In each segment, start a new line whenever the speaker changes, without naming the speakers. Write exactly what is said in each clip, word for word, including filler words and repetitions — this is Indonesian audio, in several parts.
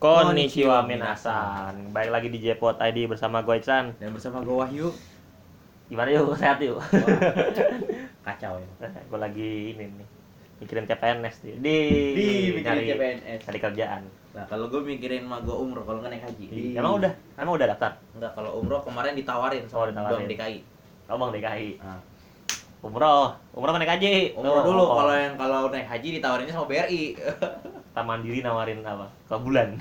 Konnichiwa minasan. Baik lagi di Jepot I D bersama gue Ican
dan bersama gue Wahyu.
Gimana yuk, sehat yuk?
Wah, kacau ya.
Gue lagi ini nih mikirin C P N S nih. Di,
Di
nyari,
mikirin C P N S.
Cari kerjaan.
Nah, kalau gue mikirin mah gue umroh kalau nggak naik haji.
Di, emang udah? Emang udah daftar?
Enggak, kalau umroh kemarin ditawarin sama
Oh, ditawarin.
Bank D K I.
Oh, Bang D K I.
Nah,
Umroh, umroh apa naik haji?
umroh
Oh,
dulu
oh.
kalau yang kalau naik haji ditawarinnya sama B R I.
Taman Mandiri nawarin apa? Ke bulan.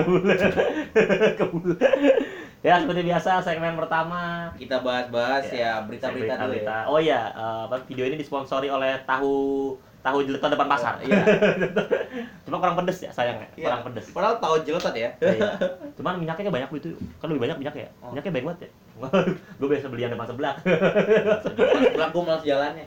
Ke bulan. Ya, seperti biasa segmen pertama
Kita bahas-bahas ya, berita-berita dulu
berita.
ya.
Oh iya, eh, apa, video ini disponsori oleh tahu tahu jeletot depan pasar.
Oh, iya.
Cuma kurang pedes ya sayangnya,
Iya.
kurang pedes.
Padahal tahu jeletot ya.
Iya. Cuman minyaknya kayak banyak itu, kan lebih banyak minyak ya.
Oh.
Minyaknya banyak banget ya. Gue biasa beli yang depan sebelah.
Sebelah gue malas jalannya.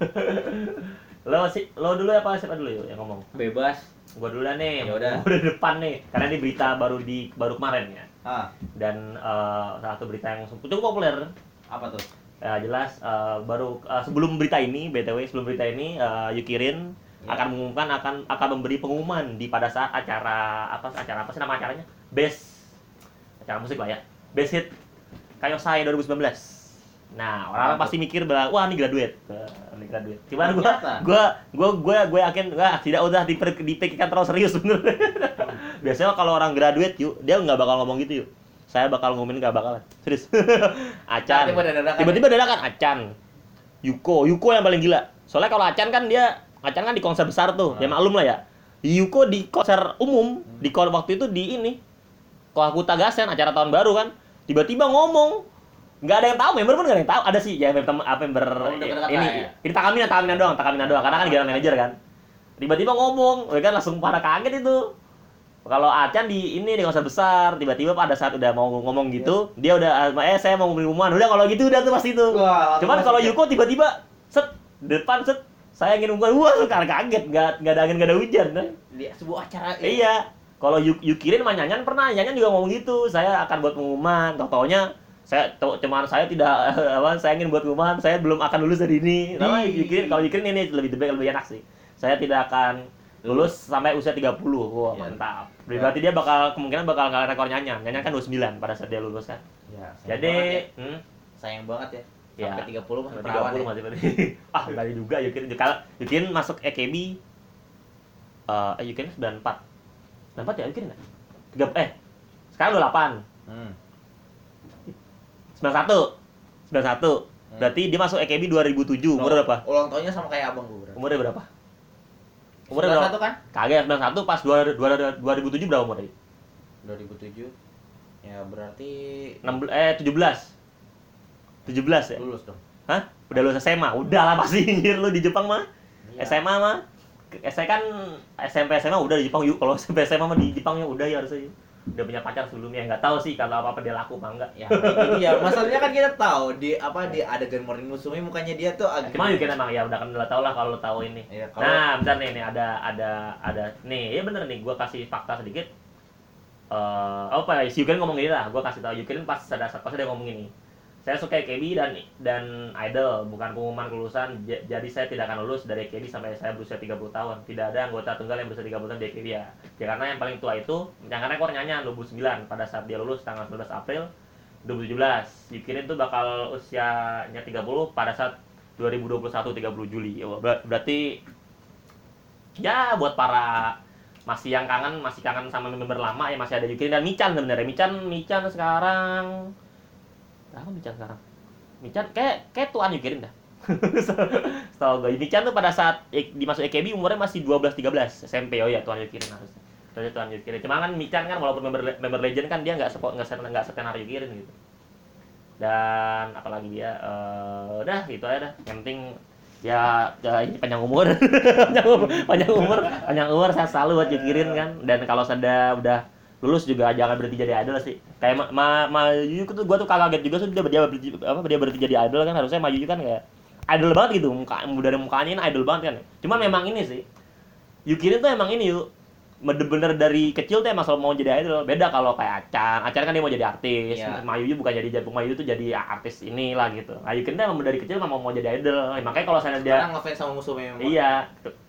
Lo sih, lo dulu apa siapa dulu yuk yang ngomong?
Bebas.
Gua dulu dah nih.
Ya udah.
Gua udah depan nih. Karena ini berita baru di baru kemarin ya.
Ah,
Dan eh, salah satu berita yang cukup populer.
apa tuh?
Ya, jelas eh, baru eh, sebelum berita ini, B T W sebelum berita ini eh, Yukirin
Ya.
akan mengumumkan akan akan memberi pengumuman di pada saat acara apa acara apa sih nama acaranya? Best acara musik lah ya. Best Hit Kayosai dua ribu sembilan belas. Nah, orang-orang
Mantap.
pasti mikir bahwa wah ini graduate. Wah, ini graduate. Cuman gua
Ternyata.
gua gua gua gue yakin wah tidak udah diper, dipikirkan terlalu serius bener. Biasanya kalau orang graduate yuk, dia nggak bakal ngomong gitu yuk. Saya bakal ngumumin nggak bakalan. Serius. Acan.
Tiba-tiba dadakan.
Tiba-tiba dadakan Acan. Yuko, Yuko yang paling gila. Soalnya kalau Acan kan dia Acan kan di konser besar tuh,
Ah.
ya maklum lah ya. Yuko di konser umum, di kon waktu itu di ini Kohakuta Gassen, acara tahun baru kan. Tiba-tiba ngomong, nggak ada yang tahu, member pun nggak ada yang tahu. Ada sih ya member apa member
Oh, udah dekat-dekat
ini
lah ya?
ini Takamina, Takamina doang, Takamina doang. Karena kan general manager kan. Tiba-tiba ngomong, mereka kan langsung pada kaget itu. Kalau Acan di ini di konser besar, tiba-tiba pada saat udah mau ngomong gitu, dia udah eh saya mau ngomong pengumuman. Udah kalau gitu udah tuh pasti itu.
Wah,
Cuman
langsung
kalau
masuk ya.
Yuko tiba-tiba set depan set saya ingin ngomong, wah sekarang kaget, nggak nggak ada angin nggak ada hujan. Kan?
Di sebuah acara
Iya. Kalau Yu- Yukirin sama Nyanyan pernah, Nyanyan juga ngomong gitu. Saya akan buat pengumuman. Tau-taunya saya tau- cuman saya tidak apa saya ingin buat pengumuman, saya belum akan lulus dari ini. Karena
Ih.
Yukirin kalau Yukirin ini lebih lebih lebih enak sih. Saya tidak akan lulus sampai usia tiga puluh. Wah,
Ya.
mantap. Berarti dia bakal kemungkinan bakal ngalahin rekor Nyanyan. Nyanyan kan dua puluh sembilan pada saat dia lulus kan.
Ya, sayang
Jadi,
banget ya.
hmm,
sayang banget ya.
Ya.
Sampai tiga puluh masih
tiga
perawan
puluh
ya.
masih berarti. Ah, dari juga Yukirin. Kalau Yukirin masuk E K B eh uh, Yukirin sembilan puluh empat. sembilan puluh empat ya Yukirin ya? tiga eh sekarang dua puluh delapan.
Hmm.
sembilan puluh satu. sembilan puluh satu.
Hmm.
Berarti dia masuk E K B dua ribu tujuh. Umur berapa?
Ulang tahunnya sama kayak abang gue berarti.
Umurnya berapa? Umurnya
sembilan
berapa?
satu kan?
Kagak, sembilan puluh satu pas dua ribu tujuh berapa umurnya?
dua ribu tujuh. Ya berarti
enam belas eh tujuh belas. tujuh belas ya?
lulus dong.
Hah? Udah lulus S M A? Udah lah pasti anjir lu di Jepang mah.
Iya.
S M A mah saya kan S M P S M A udah di Jepang yuk. Kalau S M P S M A mah di Jepang ya udah ya harusnya yuk. Udah punya pacar sebelumnya. Enggak tahu sih kalau apa-apa dia laku apa enggak.
Ya, itu dia. Masalahnya kan kita tahu di apa di adegan Morning Musume mukanya dia tuh agak
Cuma Yukin emang ya udah kan udah tau lah kalau lo tahu ini.
Iya, kalau-
Nah, bentar nih, nih ada ada ada nih, ya bener nih, gua kasih fakta sedikit. Eh, apa ya, si Yukin ngomong gini lah, gua kasih tahu Yukin pas ada saat pas dia ngomong gini. Saya suka E K B dan dan idol, bukan pengumuman kelulusan. J- jadi saya tidak akan lulus dari E K B sampai saya berusia tiga puluh tahun. Tidak ada anggota tunggal yang berusia tiga puluh tahun di E K B ya. Ya karena yang paling tua itu yang karena rekor Nyanyan dua puluh sembilan pada saat dia lulus tanggal sembilan belas April dua ribu tujuh belas. Yukirin tuh bakal usianya tiga puluh pada saat dua ribu dua puluh satu tiga puluh Juli. Wah, ber- berarti ya buat para masih yang kangen, masih kangen sama member lama ya masih ada Yukirin dan Michan sebenarnya. Michan Michan sekarang berapa Michan sekarang? Michan kayak kayak tuan Yukirin dah. Setahu gue Michan tuh pada saat e- dimasuk E K B umurnya masih dua belas tiga belas S M P. Oh ya tuan Yukirin harusnya. Harusnya tuan Yukirin. Cuma kan Michan kan walaupun member member legend kan dia nggak sepo nggak sen- nggak setenar Yukirin gitu. Dan apalagi dia eh udah gitu aja dah. Yang penting ya, ya ini panjang umur. panjang umur, panjang umur, panjang umur saya selalu buat Yukirin kan. Dan kalau sudah udah lulus juga jangan berhenti jadi idol sih. Kayak ma, ma, ma Yuyu tuh gua tuh kaget juga sih dia dia berhenti apa dia berhenti jadi idol kan harusnya Ma Yuyu kan kayak idol banget gitu. Muka dari mukanya ini idol banget kan. Cuma memang ini sih. Yukirin tuh emang ini yuk bener-bener dari kecil tuh emang selalu mau jadi idol. Beda kalau kayak Acan. Acan kan dia mau jadi artis.
Iya.
Ma Yuyu bukan jadi jabung Ma Yuyu tuh jadi artis inilah gitu. Nah, Yukirin tuh emang dari kecil emang mau mau jadi idol. Eh, makanya kalau saya dia
Sekarang ngefans sama Musume memang.
iya. Gitu.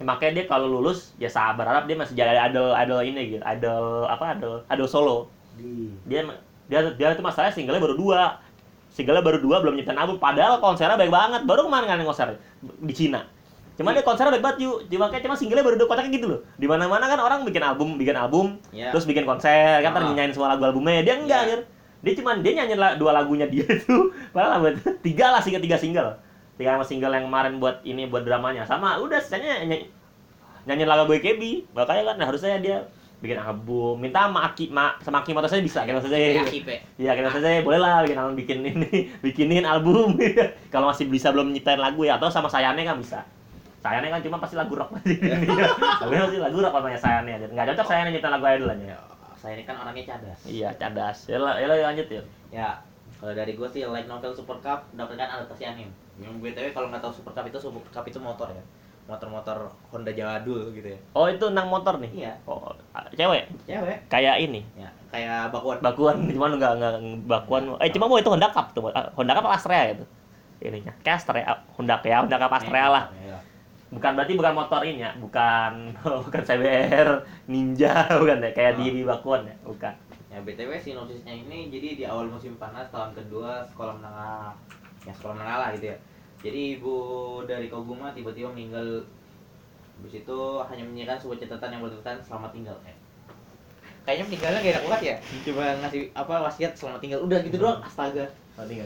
makanya dia kalau lulus ya saya berharap dia masih jadi idol idol ini gitu, idol apa idol idol solo. Dia dia dia itu masalahnya singlenya baru dua, singlenya baru dua belum nyiptain album, padahal konsernya baik banget, baru kemarin kan konser di Cina. Cuman dia konsernya baik banget yuk, cuma kayak cuma singlenya baru dua, kocaknya gitu loh. Di mana-mana kan orang bikin album, bikin album,
yeah.
terus bikin konser, kan
Ah.
nyanyiin semua lagu albumnya, dia enggak
Yeah.
gitu. Dia cuman dia nyanyiin la- dua lagunya dia itu, padahal lagu tiga lah single tiga single. Tiga sama single yang kemarin buat ini buat dramanya. Sama udah sisanya nyanyi, nyanyiin lagu B K B. Makanya kan harusnya dia bikin album. Minta sama Aki, ma, sama Aki motor saya bisa, kita saja. Iya, kita saja boleh lah bikin album, bikin ini, bikinin album. Kalau masih bisa belum nyiptain lagu ya, atau sama Sayane kan bisa. Sayane kan cuma pasti lagu rock pasti. Tapi pasti lagu rock namanya Sayane. Enggak cocok Sayane nyiptain lagu idol aja.
Saya ini kan orangnya cadas.
Iya, cadas. Ya lah, ya lah, lanjut ya.
Ya, kalau dari gue sih light novel Super Cup dapatkan adaptasi anime. Yang B T W kalau nggak tahu Super Cup itu Super Cup itu motor ya. Motor-motor Honda jadul gitu ya.
Oh, itu nang motor nih.
Iya.
Oh, cewek.
Cewek.
Kayak ini.
Ya, kayak bakuan.
Bakuan cuma enggak enggak bakuan. Eh, cuma mau itu Honda Cup tuh. Honda Cup Astrea itu. Ininya. Kayak Astrea, Honda ya, Honda Cup Astrea lah.
Ya, ya.
Bukan berarti bukan motor ini ya, bukan bukan C B R Ninja bukan ya, kayak
Oh.
di Bakuan ya, bukan.
Ya B T W sinopsisnya ini jadi di awal musim panas tahun kedua sekolah menengah, ya sekolah menengah lah gitu ya. Jadi ibu dari Koguma tiba-tiba meninggal. Habis itu hanya menyiapkan sebuah catatan yang bertuliskan selamat tinggal. Eh. Kayaknya meninggalnya gak enak banget ya. Coba ngasih apa wasiat selamat tinggal. Udah gitu doang. Astaga.
Selamat tinggal.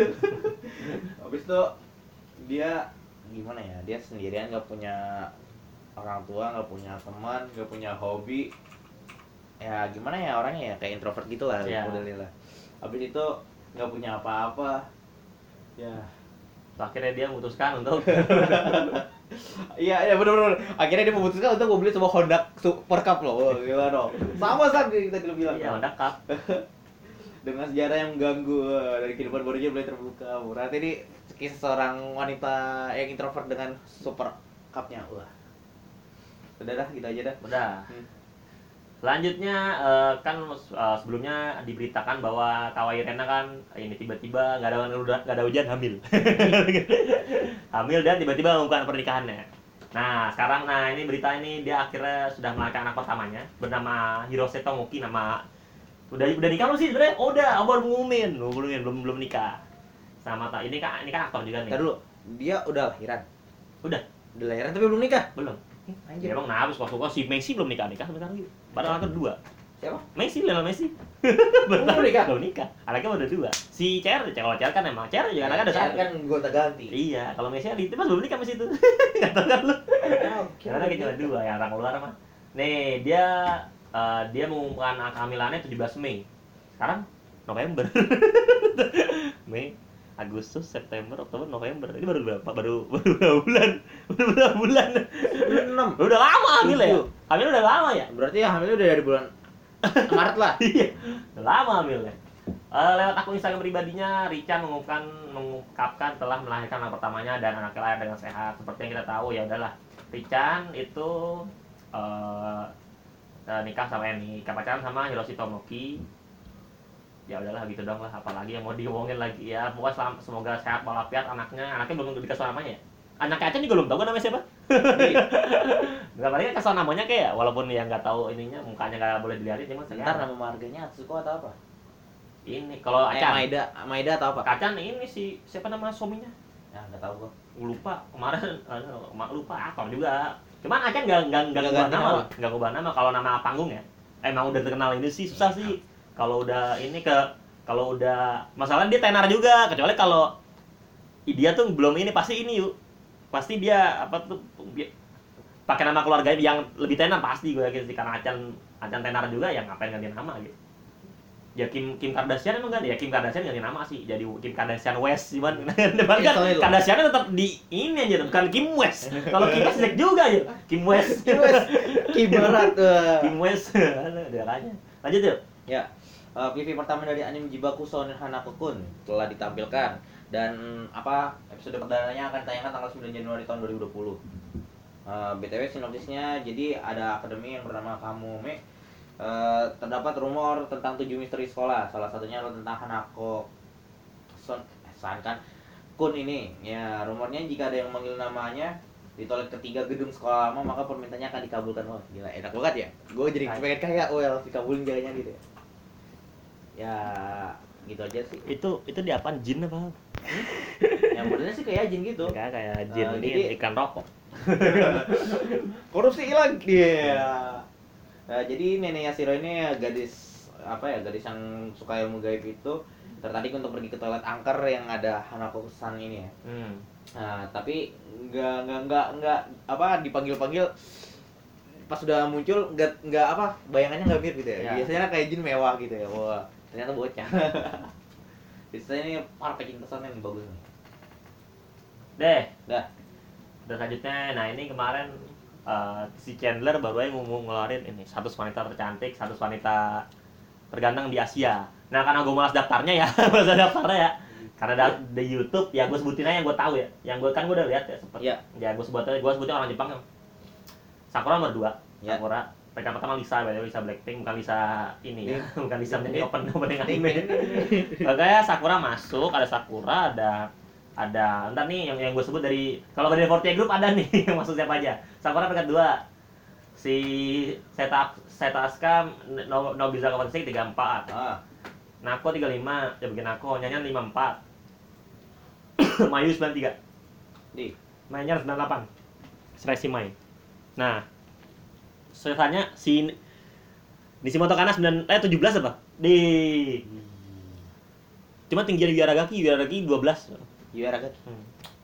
Habis itu dia gimana ya? Dia sendirian, nggak punya orang tua, nggak punya teman, nggak punya hobi. Ya gimana ya orangnya ya kayak introvert gitu lah,
Ya.
modelnya lah. Habis itu nggak punya apa-apa. Ya.
Akhirnya dia memutuskan untuk
Iya, iya benar-benar. Akhirnya dia memutuskan untuk membeli sebuah Honda Super Cup loh. Oh, gila dong. Sama saja kita dulu bilang.
iya Honda Cup.
Dengan sejarah yang mengganggu wah, dari kehidupan barunya mulai terbuka. Berarti ini kisah seorang wanita yang introvert dengan Super Cup-nya. Wah. Udah dah, gitu aja dah.
Udah.
Hmm.
Selanjutnya eh, kan eh, sebelumnya diberitakan bahwa Kawai Rena kan ini tiba-tiba nggak ada nggak ada hujan hamil. Hamil dan tiba-tiba mengumumkan pernikahannya. Nah, sekarang nah ini berita ini dia akhirnya sudah melahirkan anak pertamanya bernama Hirose Tomoki, nama udah udah nikah belum sih sebenarnya? Oh, udah, aku baru ngumumin. Belum belum belum belum nikah. Sama tak ini kan ini kan aktor juga nih.
Ntar dulu, dia udah lahiran.
Udah,
Udah lahiran tapi belum nikah.
belum.
Anjir.
Ya, emang nah, suka suka si Messi belum nikah nikah sebentar lagi. Baru anak kedua.
Siapa?
Messi, Lionel Messi.
Belum nikah?
Belum nikah. Anaknya udah dua. Si Cher, kalau Cher kan emang Cher juga anaknya ada
Cher
satu.
kan gonta ganti.
Iya, kalau Messi kan itu pas belum nikah Messi itu. Enggak tahu kan lu. Karena anaknya cuma dua, yang orang luar mah. Nih, dia eh, dia mengumumkan kehamilannya tujuh belas Mei. Sekarang November. Mei, Agustus, September, Oktober, November. Ini baru berapa? Baru baru berapa bulan? Baru berapa bulan?
enam.
Udah lama hamil ya?
Tujuh.
Hamil udah lama ya?
Berarti ya hamilnya udah dari bulan Maret lah.
Iya, udah lama hamilnya. Eh, lewat akun Instagram pribadinya, Richan mengungkapkan mengungkapkan telah melahirkan anak pertamanya dan anaknya lahir dengan sehat. Seperti yang kita tahu, ya udahlah. Richan itu eh, eh, nikah sama ini, nikah pacaran sama Hiroshi Tomoki. Ya udahlah gitu dong lah, apalagi yang mau diomongin lagi ya. Pokoknya selam- semoga sehat walafiat anaknya. Anaknya belum dikasih namanya ya. Anaknya Acan juga belum tahu kan namanya siapa. Enggak paling kasih namanya kayak ya, walaupun yang nggak tahu ininya mukanya nggak boleh dilihatin cuma
Ntar nama marganya Atsuko atau apa?
ini kalau
Eh,
Acan
Maeda, Maeda atau apa?
Kacan ini si siapa nama suaminya?
Ya nggak tahu gua.
Lupa kemarin anu, ma- lupa aktor juga. Cuman Acan nggak nggak nggak
Nggak
ngubah
ganti
nama,
nama.
nggak ngubah nama kalau nama panggung ya. Emang udah terkenal ini sih susah sih. Kalau udah ini ke kalau udah masalah dia tenar juga, kecuali kalau dia tuh belum ini pasti ini yuk. Pasti dia apa tuh bi- pakai nama keluarga yang lebih tenar pasti gue yakin sih karena Acan Acan tenar juga ya ngapain ganti nama gitu. Ya Kim Kim Kardashian emang ganti ya Kim Kardashian ganti nama sih jadi Kim Kardashian West cuman depan kan
Iya,
Kardashian tetap di ini aja bukan Kim West. Kalau Kim West jelek juga ya Kim West.
Kim West, Kibarat. eh.
Kim West ada aja. Lanjut yuk.
Ya, uh, P V pertama dari anime Jibaku Sonen Hanako-kun telah ditampilkan dan apa episode perdananya akan tayangkan tanggal sembilan Januari tahun dua ribu dua puluh. Uh, B T W sinopsisnya jadi ada akademi yang bernama Kamome. Uh, terdapat rumor tentang tujuh misteri sekolah. Salah satunya adalah tentang Hanako Son, eh, San kan Kun ini. Ya, rumornya jika ada yang memanggil namanya di toilet ketiga gedung sekolah lama, maka permintaannya akan dikabulkan. Wah, gila enak banget ya. Gue jadi pengen kaya, well, dikabulin kayaknya gitu ya. Ya, gitu aja sih.
Itu itu di apaan, jin apa?
Hmm? Yang benernya sih kayak jin gitu.
Kayak kayak jin
Uh,
ini
jadi-
ikan rokok.
Korupsi hilang dia. Nah, jadi neneknya Shiro ini gadis apa ya, gadis yang suka ilmu gaib itu tertarik untuk pergi ke toilet angker yang ada Hanako-san ini ya.
Hmm.
Nah, tapi nggak nggak nggak nggak apa dipanggil-panggil pas sudah muncul nggak nggak apa bayangannya nggak mirip gitu ya.
Ya.
Biasanya kayak jin mewah gitu ya. Wah, ternyata bocah. Biasanya ini para pecinta shonen yang bagus nih.
Deh,
Dah.
dan selanjutnya, nah ini kemarin uh, si Chandler baru aja ngomong ngeluarin ini seratus wanita tercantik, seratus wanita terganteng di Asia. Nah karena gue malas daftarnya ya, malas daftarnya ya. Karena da- di YouTube ya gue sebutin aja yang gue tahu ya. Yang gue kan gue udah lihat ya sempet.
Iya.
Ya gue sebutin gue sebutin orang Jepang. Sakura nomor dua.
Ya.
Sakura. Peringkat pertama Lisa, by the way, Lisa Blackpink, bukan Lisa ini ya, bukan Lisa menjadi
Ini-
open opening
ini-
anime. Makanya Sakura masuk, ada Sakura, ada ada entar nih yang yang gue sebut dari kalau dari Forte Group ada nih yang masuk siapa aja. Sakura peringkat dua. Si Seta Setaska no, Nobisa Kawasaki tiga puluh empat.
Ah,
Nako tiga puluh lima, ya bikin Nako, Nyanyan lima puluh empat. Mayu sembilan puluh tiga.
di.
Mainnya sembilan puluh delapan. Seleksi Mai. Nah, sisanya si Nishimoto Kana sembilan eh tujuh belas apa? Di cuma tinggi dari Wiaragaki, Wiaragaki dua belas.
Juara kan?
Hmm.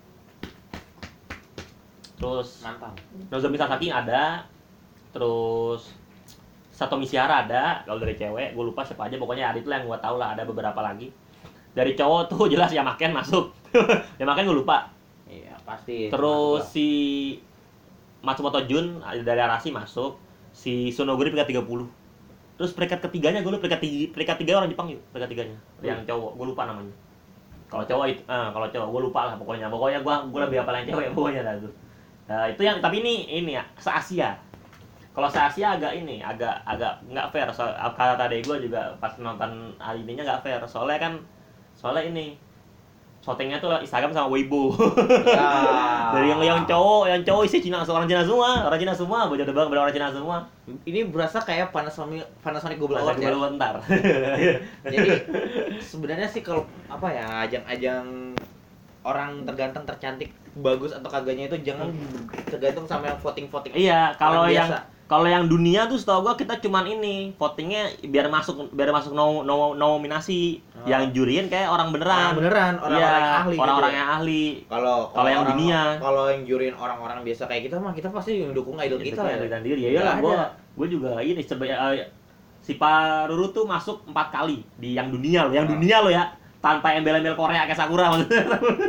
Terus
Mantap.
Nozomi Sasaki ada. Terus Satomi Shihara ada. Kalau dari cewek, gue lupa siapa aja. Pokoknya ada itu yang gue tahu lah. Ada beberapa lagi. Dari cowok tuh jelas Yamaken masuk. Yamaken gue lupa.
Iya, pasti.
Terus
Masuk
si Matsumoto Jun dari Arashi masuk. Si Sonoguri peringkat tiga puluh. Terus peringkat ketiganya gue lupa. Peringkat tiga, peringkat tiga orang Jepang yuk. Peringkat tiganya. Yang cowok. Gue lupa namanya. Kalau cowok itu, eh, kalau cowok gue lupa lah pokoknya. Pokoknya gue gue lebih hafal yang cewek pokoknya dah tuh. Nah, itu yang tapi ini ini ya se-Asia. Kalau se-Asia agak ini, agak agak nggak fair. So, kata tadi gue juga pas nonton animenya nggak fair. Soalnya kan soalnya ini shootingnya tuh Instagram sama Weibo.
Ya.
Dari yang yang cowok, yang cowok isi Cina, orang Cina semua, orang Cina semua, baju tebal orang Cina semua.
Ini berasa kayak Panasonic Panasonic Global
Masa
Awards
gue
ya.
baru ntar.
Jadi sebenarnya sih kalau apa ya, ajang-ajang orang terganteng tercantik bagus atau kagaknya itu jangan tergantung sama yang voting-voting.
Iya, kalau
orang
yang
biasa.
kalau yang dunia tuh setahu gua kita cuman ini votingnya biar masuk biar masuk no, no, nominasi.
Oh.
Yang juriin kayak orang beneran.
Orang beneran, orang-orang
Iya,
yang ahli.
orang-orang
gitu ya.
yang ahli.
Kalau
Kalau yang
orang-
dunia.
kalau yang juriin orang-orang biasa kayak kita mah kita pasti yang dukung idol kita ya.
Dan diri ya iyalah
Nggak
gua
ada.
gua juga ini sebenarnya eh, si Paruru tuh masuk empat kali di yang dunia loh, yang
Ah.
dunia loh ya. Tanpa embel-embel Korea kayak Sakura maksudnya.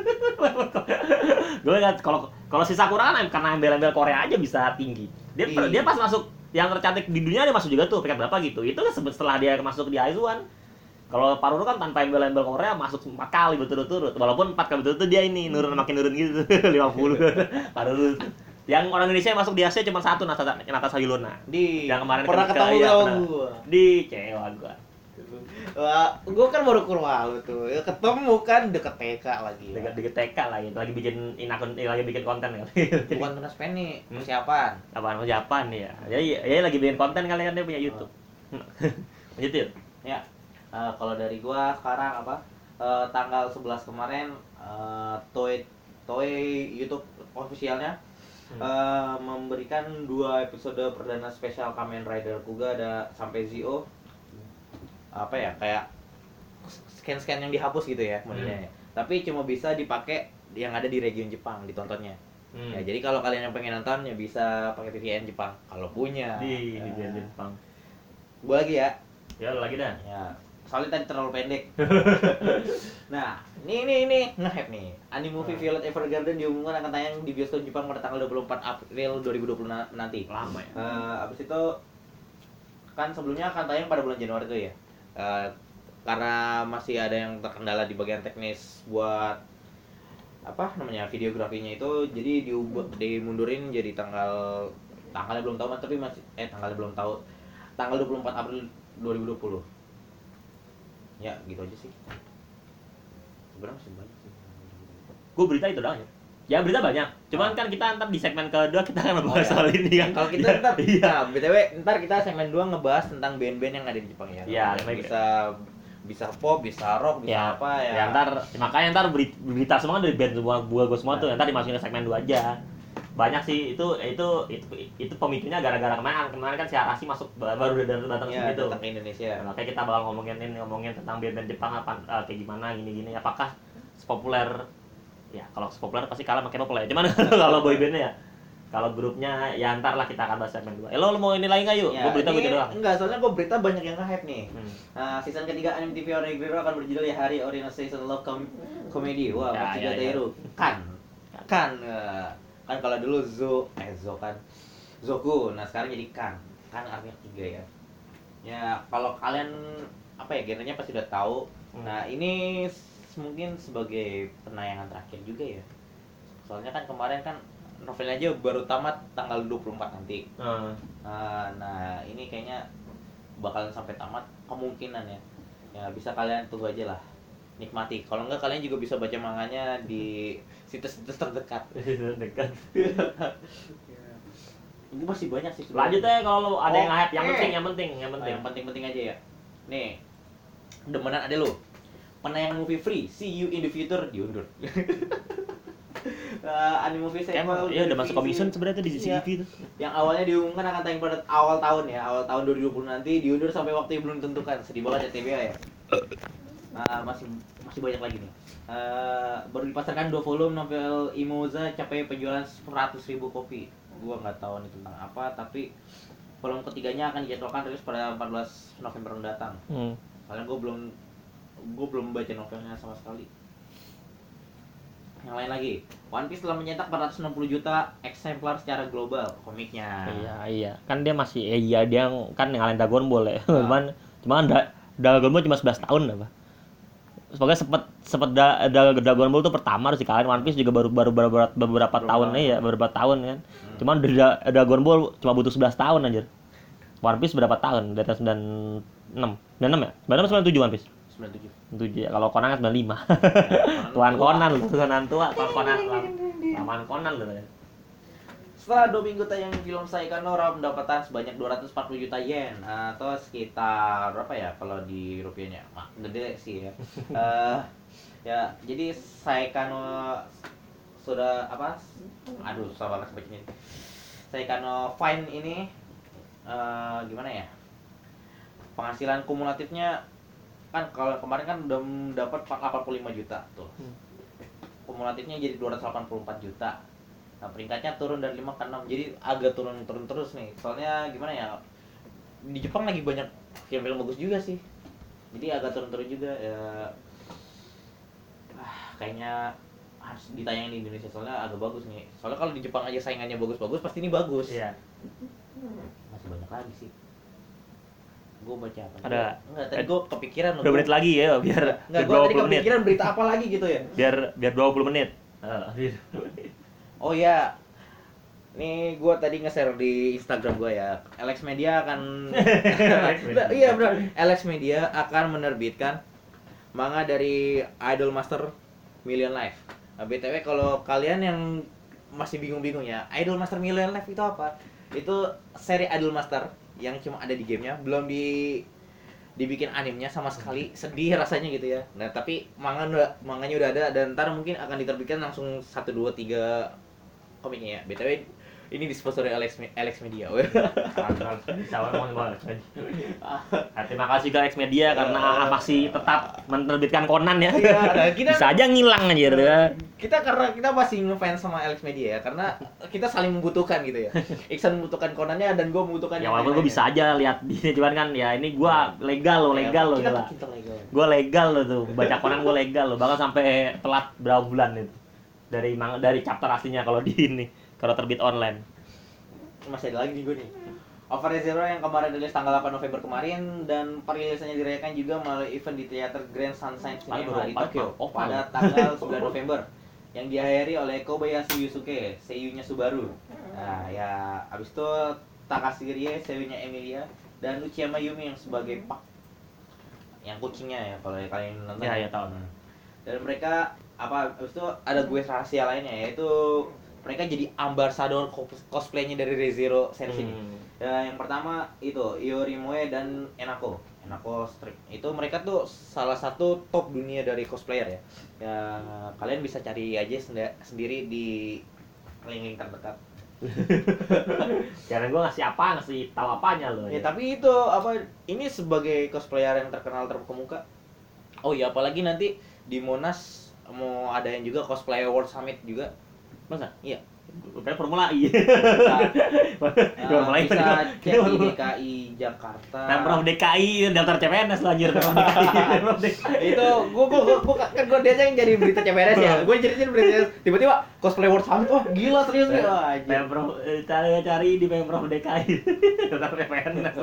Gue lihat kalau kalau si Sakura kan karena embel-embel Korea aja bisa tinggi. Dia
Iya.
dia pas masuk yang tercantik di dunia dia masuk juga tuh peringkat berapa gitu. Itu kan sebe- setelah dia masuk di Aizuan. Kalau Paruru kan tanpa embel-embel Korea masuk empat kali berturut-turut. Walaupun empat kali berturut-turut dia ini nurun makin nurun gitu lima puluh Paruru. Yang orang Indonesia yang masuk di Asia cuma satu Natasha Natasha Wilona.
Di
Yang kemarin
pernah
ke-
ketemu
iya,
sama
pernah.
gua.
Di cewa gua.
Wah, gua kan baru keluar lu tuh. Ya ketemu kan deket T K lagi. Ya.
Deket deket T K lagi, lagi bikin in akun, eh, lagi bikin konten kali.
Bukan tunas pen nih,
Hmm?
persiapan.
Apaan mau Japan ya? Ya ya lagi bikin konten kali kan dia punya YouTube. Lanjut yuk.
Ya. Eh, kalau dari gua sekarang apa? Eh, tanggal sebelas kemarin eh Toei Toei YouTube officialnya
Hmm.
eh, memberikan dua episode perdana spesial Kamen Rider Kuga ada sampai Zio. Apa ya? Kayak scan-scan yang dihapus gitu ya modelnya. Tapi cuma bisa dipakai yang ada di region Jepang ditontonnya.
Hmm.
Ya, jadi kalau kalian yang pengen nonton ya bisa pakai V P N Jepang kalau punya.
di di
Eh,
di Jepang.
Gua lagi ya.
Ya lu lagi dah.
Ya, soalnya tadi terlalu pendek. Nah, ini ini ini nge-hype nih. Anime movie
Nah.
Violet Evergarden diumumkan akan tayang di bioskop Jepang pada tanggal dua puluh empat April dua ribu dua puluh na- nanti.
Lama ya.
Eh, abis itu kan sebelumnya akan tayang pada bulan Januari tuh ya. Eh, karena masih ada yang terkendala di bagian teknis buat apa namanya videografinya itu, jadi diubah dimundurin jadi tanggal tanggalnya belum tahu tapi masih eh tanggalnya belum tahu tanggal dua puluh empat April dua ribu dua puluh. Ya, gitu aja sih. Sebenarnya masih banyak sih.
Gue berita itu doang ya. Ya berita banyak. Cuman
Oh.
kan kita ntar di segmen kedua kita akan
Oh,
membahas
ya.
soal ini kan.
Kalau kita ntar,
Iya.
nah, B T W ntar kita segmen dua ngebahas tentang band-band yang ada di Jepang ya.
Iya,
Yang
baik.
bisa bisa pop, bisa rock, bisa
Ya,
apa ya.
ya ntar makanya ntar beri- berita semua kan dari band semua gua gua semua tuh.
Nah.
Ntar dimasukin ke segmen dua aja. Banyak sih itu itu itu itu pemicunya gara-gara kemarin kemarin kan si Arashi masuk baru datang datang
ya,
segitu.
tentang ke Indonesia.
Makanya kita bakal ngomongin ini ngomongin tentang band-band Jepang apa eh, kayak gimana gini-gini apakah sepopuler ya kalau sepopuler pasti kalah sama K-pop lah ya. Cuman kalau boybandnya ya kalau grupnya ya ntar lah kita akan bahas segmen dua. Eh lo, lo mau ini lagi nggak yuk?
Ya,
Gue berita
ini
begitu doang.
enggak, soalnya gue berita banyak yang nge-hype nih.
Hmm.
Nah, season ketiga anime T V Oregairu akan berjudul ya Hari Orino Season Love Com- Comedy. Wah,
Ya,
Matsuda
ya, ya.
Tairu. Kan. Kan. eh, kan kalau dulu Zo, eh Zo kan. Zoku. Nah, sekarang jadi Kan. Kan artinya tiga ya. Ya, kalau kalian apa ya, genrenya pasti udah tahu.
Hmm.
Nah, ini s- mungkin sebagai penayangan terakhir juga ya. Soalnya kan kemarin kan novelnya aja baru tamat tanggal dua puluh empat nanti.
Hmm.
Nah, nah, ini kayaknya bakalan sampai tamat kemungkinan ya. Ya bisa kalian tunggu aja lah. Nikmati. Kalau enggak kalian juga bisa baca manganya di situs-situs terdekat.
Dekat.
Ini masih banyak sih.
Lanjut ya kalau lo ada yang hype yang
Oke.
penting yang penting yang
Nah,
penting.
yang penting-penting aja ya. Nih. Demenan ada lo. Penayangan movie free. See you in the future diundur. Uh, anime movie
Emang iya udah masuk komision sebenarnya tuh di C C T V
Iya.
tuh.
Yang awalnya diumumkan akan tayang pada awal tahun ya, awal tahun dua ribu dua puluh nanti diundur sampai waktu yang belum ditentukan. Sedih banget ya T B A ya. Nah, masih masih banyak lagi nih. Uh, baru dipasarkan dua volume novel Imoza capai penjualan seratus ribu kopi. Gua nggak tahu nih tentang apa, tapi volume ketiganya akan dijadwalkan rilis pada empat belas November mendatang.
Hmm.
Soalnya gue belum gue belum baca novelnya sama sekali. Yang lain lagi, One Piece telah mencetak empat ratus enam puluh juta eksemplar secara global komiknya.
Iya iya kan dia masih eh, iya dia kan ngalahin Dragon Ball ya.
Ah.
Cuman cuman da, Dragon Ball cuma sebelas tahun apa. Pokoknya sempet sempet da, da, Dragon Ball tuh pertama harus dikalahin One Piece juga baru baru beberapa beberapa, beberapa
Beberapa
tahun
tahun.
ya beberapa tahun kan.
Hmm.
Cuman da, Dragon Ball cuma butuh sebelas tahun anjir. One Piece berapa tahun? Dari tahun sembilan puluh enam. sembilan puluh enam ya? sembilan puluh enam sembilan puluh tujuh One Piece.
sembilan puluh tujuh.
tujuh ya. Kalau Conan kan sembilan puluh lima.
Conan
Tuan
tua.
Conan lu, Conan tua, Tuan Conan. Laman Conan lu.
Setelah dua minggu tayang film Saikanora pendapatan sebanyak dua ratus empat puluh juta yen atau sekitar berapa ya kalau di rupiahnya? Mak, gede sih ya. Eh, ya, jadi Saikano sudah apa? Aduh, susah banget bacanya. Saikano Fine ini eh, gimana ya? Penghasilan kumulatifnya kan kalau kemarin kan udah dapat delapan puluh lima juta tuh.
Hmm.
Kumulatifnya jadi dua ratus delapan puluh empat juta. Nah, peringkatnya turun dari lima ke enam. Jadi agak turun-turun terus nih. Soalnya gimana ya? Di Jepang lagi banyak film-film bagus juga sih. Jadi agak turun-turun juga ya. Ah, kayaknya harus ditayangin di Indonesia soalnya agak bagus nih. Soalnya kalau di Jepang aja saingannya bagus-bagus pasti ini bagus.
Iya.
Masih banyak lagi sih. Gue baca apa?
Ada.
Enggak, tadi gue kepikiran loh.
Dua menit lagi ya biar
Enggak,
biar
gue
dua
tadi
puluh menit.
kepikiran berita apa lagi gitu ya.
Biar biar dua puluh menit.
Oh ya, nih gue tadi nge-share di Instagram gue ya. Alex Media akan,
Media.
iya benar. Alex Media akan menerbitkan manga dari Idol Master Million Life. Nah, B T W kalau kalian yang masih bingung-bingung ya, Idol Master Million Life itu apa? Itu seri Idol Master yang cuma ada di gamenya, belum di dibikin animenya sama sekali. Sedih rasanya gitu ya. Nah tapi manga udah, manganya udah ada dan ntar mungkin akan diterbitkan langsung satu dua tiga komiknya ya. B T W ini disponsori Alex Alex Media.
Bisa ngomong banget. Terima kasih ke Alex Media karena masih tetap menerbitkan Conan ya.
Iya, nah, kita-
Bisa aja ngilang aja ya.
Kita karena kita masih ngefans sama Alex Media ya, karena kita saling membutuhkan gitu ya. Iksan membutuhkan Conannya dan gue membutuhkan
Ya
yang
walaupun gue
lain-lainnya.
bisa aja lihat di sini cuman kan ya ini gue legal loh, legal loh
Kita
gila.
kita legal.
Gue legal loh tuh, baca Conan gue legal loh, bahkan sampai telat berapa bulan itu dari mang- dari chapter aslinya kalau di ini, kalau terbit online.
Masih ada lagi nih gue nih. Over the Zero yang kemarin rilis tanggal delapan November kemarin dan perilisannya dirayakan juga melalui event di teater Grand Sunshine
Paling
Cinema
baru
di
empat,
Tokyo
Pak. Oh,
pada
paling.
tanggal sembilan November yang dihadiri oleh Kobayashi Yusuke, seiyunya Subaru. Nah, ya abis itu Takashi Rie, seiyunya Emilia, dan Uchiyama Yumi yang sebagai Pak, yang kucingnya ya kalau kalian nonton.
Ya, ya, tahu.
Hmm. Dan mereka apa habis itu ada gue rahasia lainnya yaitu mereka jadi ambassador cos- cosplaynya dari ReZero Sensei.
Hmm.
Ya, yang pertama itu Yorimoe dan Enako. Enako Strip. Itu mereka tuh salah satu top dunia dari cosplayer ya. Ya kalian bisa cari aja senda- sendiri di link-link terdekat.
Karena gue ngasih apa, ngasih tahu apanya lo.
Ya tapi itu apa ini sebagai cosplayer yang terkenal terkemuka. Oh iya apalagi nanti di Monas mau ada yang juga cosplayer World Summit juga.
Masa?
Iya.
Kayak Formula I.
Bisa,
Formula
uh,
I.
bisa cek di D K I Jakarta.
Pemprov D K I daftar C P N S lah anjir. Pemprov D K I. Pemprov D K I.
Itu gua gua gua, gua kan gua dia yang jadi berita C P R S ya. Gua ceritain berita tiba-tiba cosplay World Summit. Wah, gila serius nih. Wah, anjir.
Pemprov eh, cari cari di Pemprov D K I. Daftar C P N S.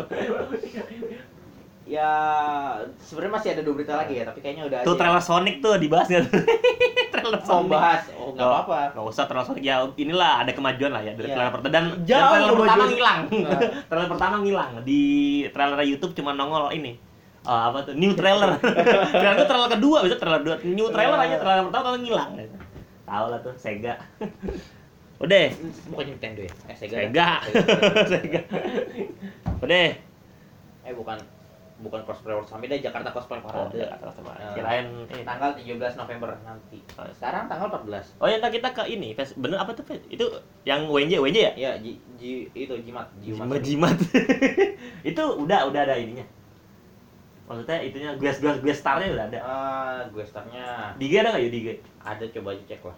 Ya sebenarnya masih ada dua berita lagi ya, tapi kayaknya udah
Tuh
aja.
trailer Sonic tuh dibahas nggak? Trailer
Mau
Sonic.
bahas. Oh, enggak apa-apa.
Nggak usah trailer Sonic ya. Inilah ada kemajuan lah ya dari
Iya.
trailer pertama dan, dan
Jauh
trailer pertama
kemajuan.
ngilang.
Nah.
Trailer pertama ngilang di trailer YouTube cuma nongol ini. Eh, apa tuh? New trailer. Trailer itu trailer kedua, bisa trailer dua. New trailer aja trailer pertama kalau ngilang. Tahu lah tuh Sega. Udah.
Bukan Nintendo ya? Eh, Sega.
Sega. Sega. Udah.
Eh, bukan bukan cosplay World Summit deh, Jakarta Cosplay Parade.
Oh, Jakarta Cosplay Parade.
Nah,
Kirain ini.
tanggal tujuh belas November nanti. Sekarang tanggal empat belas.
Oh ya, ntar kita ke ini, Fes- bener apa tuh? Fes? Itu yang W N J, W N J ya?
Ya, ji, ji, itu jimat,
Jimat jimat. Itu udah udah ada ininya. Maksudnya itunya glass glass glass starnya udah ada.
Ah, gue startnya
Di G ada nggak ya di G?
ada, coba aja cek lah.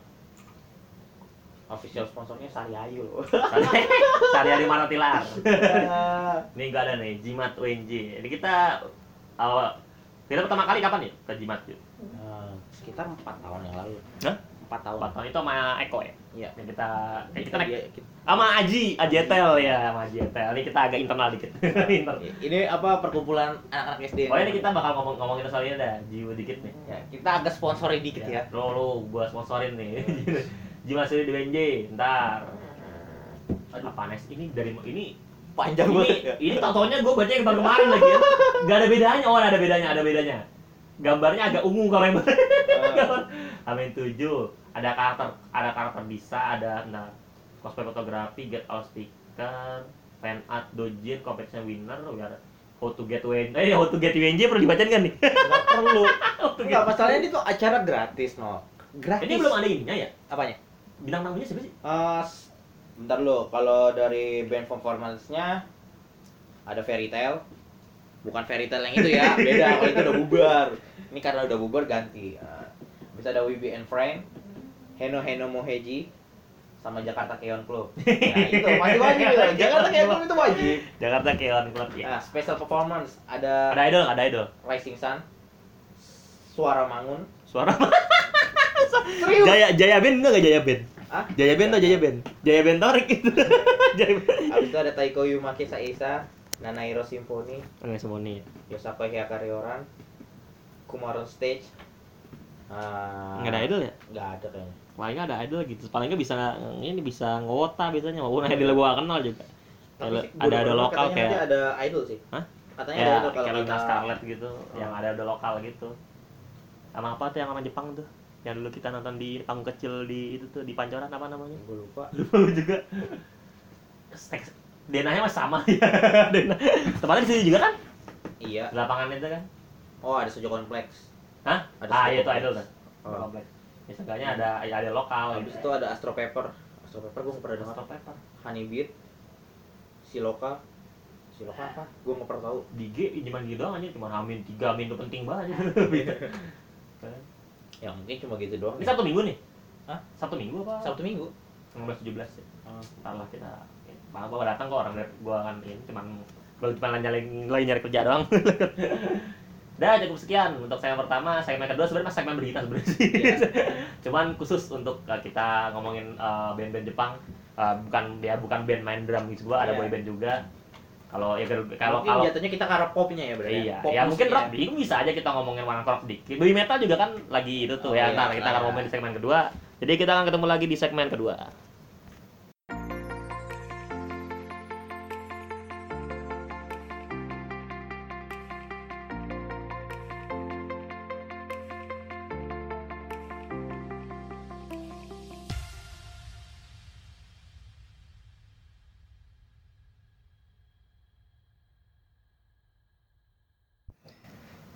Official sponsornya Sari Ayu loh.
Sehari-hari mana tilar.
Ah,
Nih nggak ada nih Jimat W N J. Jadi kita awal kita pertama kali kapan ya ke Jimat yuk?
ah, sekitar empat tahun yang lalu.
Hah?
empat tahun.
Empat tahun itu sama Eko ya?
Iya.
Yang kita eh, kita naik
Dia- kita-
sama Aji, Aji Etel ya, sama Aji Etel. Ini kita agak internal dikit. Internal.
Ini apa perkumpulan anak-anak S D.
Oh ini kita bakal ngomong ngomongin soal ini dah, jiwa dikit nih.
Ya, kita agak sponsori dikit ya.
Lo lo gua sponsorin nih. Jimat Suri di W N J, ntar. Aduh, panas ini dari ini
Panjang
ini,
banget ya.
ini tau-taunya gue baca yang baru kemarin lagi ya. Gak ada bedanya, oh ada bedanya, ada bedanya. Gambarnya agak ungu kalau yang Amin tujuh, ada karakter, ada karakter bisa, ada nah, cosplay fotografi, get all sticker, fan art, dojin, competition winner, udah ada. How to get W N J, eh how to get W N J perlu dibacain kan nih?
Nggak perlu.
How to
Enggak,
get-
masalahnya ini tuh acara gratis, no. Gratis.
Ini belum ada ininya ya?
Apanya?
Bintang tamunya siapa sih?
Eh, s- bentar lo, kalau dari band performance-nya ada Fairy Tail. Bukan Fairy Tail yang itu ya, beda. Kalau itu udah bubar. Ini karena udah bubar ganti. Eh, bisa ada Wibi and Friend, Heno Heno Moheji, sama Jakarta Keon Club. Nah, itu masih wajib ya. Jakarta Keon Club itu wajib.
Jakarta Keon Club ya.
Nah, special performance ada
Ada idol, ada idol.
Rising Sun, Suara Mangun.
Suara
Serius?
Jaya Jaya Band enggak enggak Jaya Band?
Hah?
Jaya Band tuh Jaya Band. Jaya Band Torik itu. Jaya Band.
Habis itu ada Taiko Yumaki Saisa, Nanairo Symphony,
Enggak semua nih.
Yosako Hyakaryoran, Kumaron Stage. Ah,
Enggak ada idol ya?
Nggak ada kayaknya.
Paling ada idol gitu. Paling nggak bisa ini bisa ngewota biasanya. Walaupun idol gua kenal juga.
Tapi
Ada
sih,
ada
gua
ada
dengar
lokal
katanya
kayak
nanti ada idol sih.
Hah?
Katanya
Ya,
ada idol kalau
kayak Luna
kita
Scarlet gitu,
Oh.
yang ada ada lokal gitu. Sama apa tuh yang orang Jepang tuh? Yang dulu kita nonton di panggung kecil di itu tuh di Pancoran apa namanya?
Gue lupa.
Lupa gua juga. Stek denahnya masih sama ya. Denah. Tempatnya di sini juga kan?
Iya.
Di lapangan itu kan?
Oh, ada Sujo Complex.
Hah?
Ada
Ah,
Sujo
iya itu
Complex.
idol tuh.
Oh.
Kompleks. Ya seenggaknya ada ya ada lokal.
Habis itu ada Astro Pepper. Astro Pepper gue nggak pernah dengar.
Astro Pepper.
Honey Beat, Siloka. Siloka apa? Gue nggak pernah tahu.
Di G cuma gitu doang aja, cuma amin tiga amin itu penting banget.
Ya mungkin cuma gitu doang.
Ini Sabtu Minggu nih?
Hah?
Sabtu Minggu apa?
Sabtu Minggu.
enam belas tujuh belas ya.
Oh.
Ntar lah kita Bang gua datang kok orang dari gua kan ini cuman gua cuma lagi lagi nyari kerja doang. Dah cukup sekian untuk segmen pertama, segmen kedua sebenarnya segmen berita sebenarnya sih.
Iya.
Cuman khusus untuk uh, kita ngomongin uh, band-band Jepang, uh, bukan ya bukan band main drum gitu gua, ada
Iya.
boyband juga. Kalau ya kalau
Mungkin
kalau
jatuhnya kita ke arah popnya ya berarti.
iya,
Pop
ya mungkin
musiknya.
rock ini bisa aja kita ngomongin warna rock sedikit. Baby metal juga kan lagi itu tuh
Oh,
ya.
iya,
Ntar kita akan
nah.
ngomongin di segmen kedua. Jadi kita akan ketemu lagi di segmen kedua.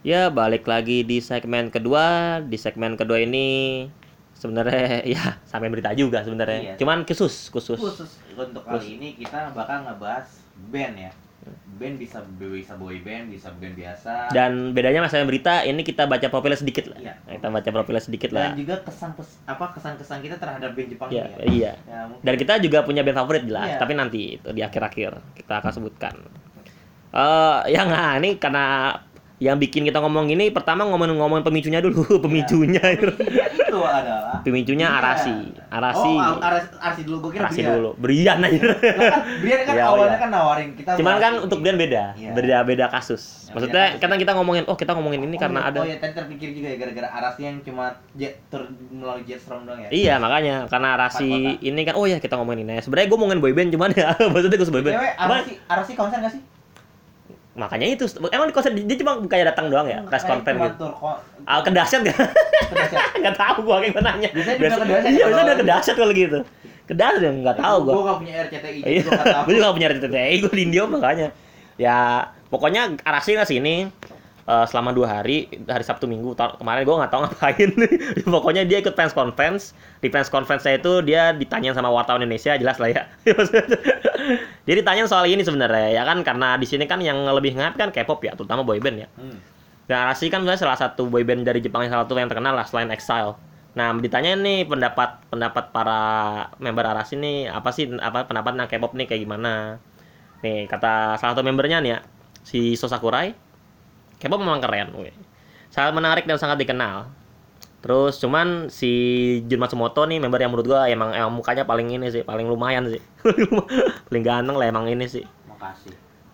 Ya, balik lagi di segmen kedua. Di segmen kedua ini sebenarnya ya sampai berita juga sebenarnya.
Iya.
Cuman khusus, khusus.
Khusus untuk kali
Khusus.
ini kita bakal ngebahas band ya. Band bisa bisa boy band, bisa band biasa.
Dan bedanya mas sama berita ini kita baca profilnya sedikit lah.
Iya.
Kita baca profilnya sedikit lah.
Dan juga kesan pes- apa kesan-kesan kita terhadap band Jepang
Ya,
ini ya.
iya.
Ya, mungkin-
Dan kita juga punya band favorit jelas,
Iya.
tapi nanti itu di akhir-akhir kita akan sebutkan. Eh, ya nggak, ini karena yang bikin kita ngomong ini pertama ngomongin-ngomongin pemicunya dulu, pemicunya itu.
Pemicunya itu adalah
Pemicunya
Iya.
Arasi, Arasi.
Oh, Arasi, Arasi dulu gue kira
Arasi
Brian.
dulu. Brian aja.
Lah kan Brian kan
Iya, oh
awalnya
iya.
kan nawarin kita.
Cuman
bahas
kan
ini.
untuk Brian beda,
Iya.
beda-beda kasus.
Ya,
Maksudnya
beda kasus.
kadang kita ngomongin, oh kita ngomongin ini
Oh,
karena
iya.
ada.
Oh ya tadi terpikir juga ya gara-gara Arasi yang cuma jet tur melalui jet strong doang ya.
Iya makanya karena Arasi
Empat
ini kan, oh ya kita ngomongin ini. Sebenarnya gue ngomongin boyband cuman ya maksudnya gue boyband.
Cewek
Cuman,
Arasi Arasi konser gak sih?
makanya itu emang di konser dia cuma kayak datang doang ya, press
Kayak
conference
cuma
gitu.
tur ko-
Ah, ke dahsyat gak?
Kedahsyat.
Nggak tahu gua kayak nanya.
Biasanya juga ke dahsyat
Iya,
ya,
biasanya udah
kalau-
ke dahsyat kalau gitu. Ke dahsyat ya nggak tahu gua.
Gue gak punya R C T I jadi
Iya,
gue gak tahu.
gua juga nggak punya R C T I, gua di Indio makanya. Ya, pokoknya Arasi nggak sini eh, selama dua hari, hari Sabtu Minggu. Tahun kemarin gua nggak tahu ngapain. Pokoknya dia ikut fans conference. Di fans conference-nya itu dia ditanyain sama wartawan Indonesia, jelas lah ya. Jadi ditanya soal ini sebenarnya ya kan, karena di sini kan yang lebih ngat kan K-pop ya, terutama boyband ya.
Hmm.
Dan Arasi kan sebenarnya salah satu boyband dari Jepang yang salah satu yang terkenal lah selain EXILE. Nah, ditanya nih pendapat pendapat para member Arasi nih apa sih apa pendapat tentang K-pop nih kayak gimana? Nih kata salah satu membernya nih ya, si So Sakurai, K-pop memang keren, weh. Sangat menarik dan sangat dikenal. Terus cuman si Jun Matsumoto nih member yang menurut gua emang, emang mukanya paling ini sih, paling lumayan sih. Paling ganteng lah emang ini sih.
Makasih.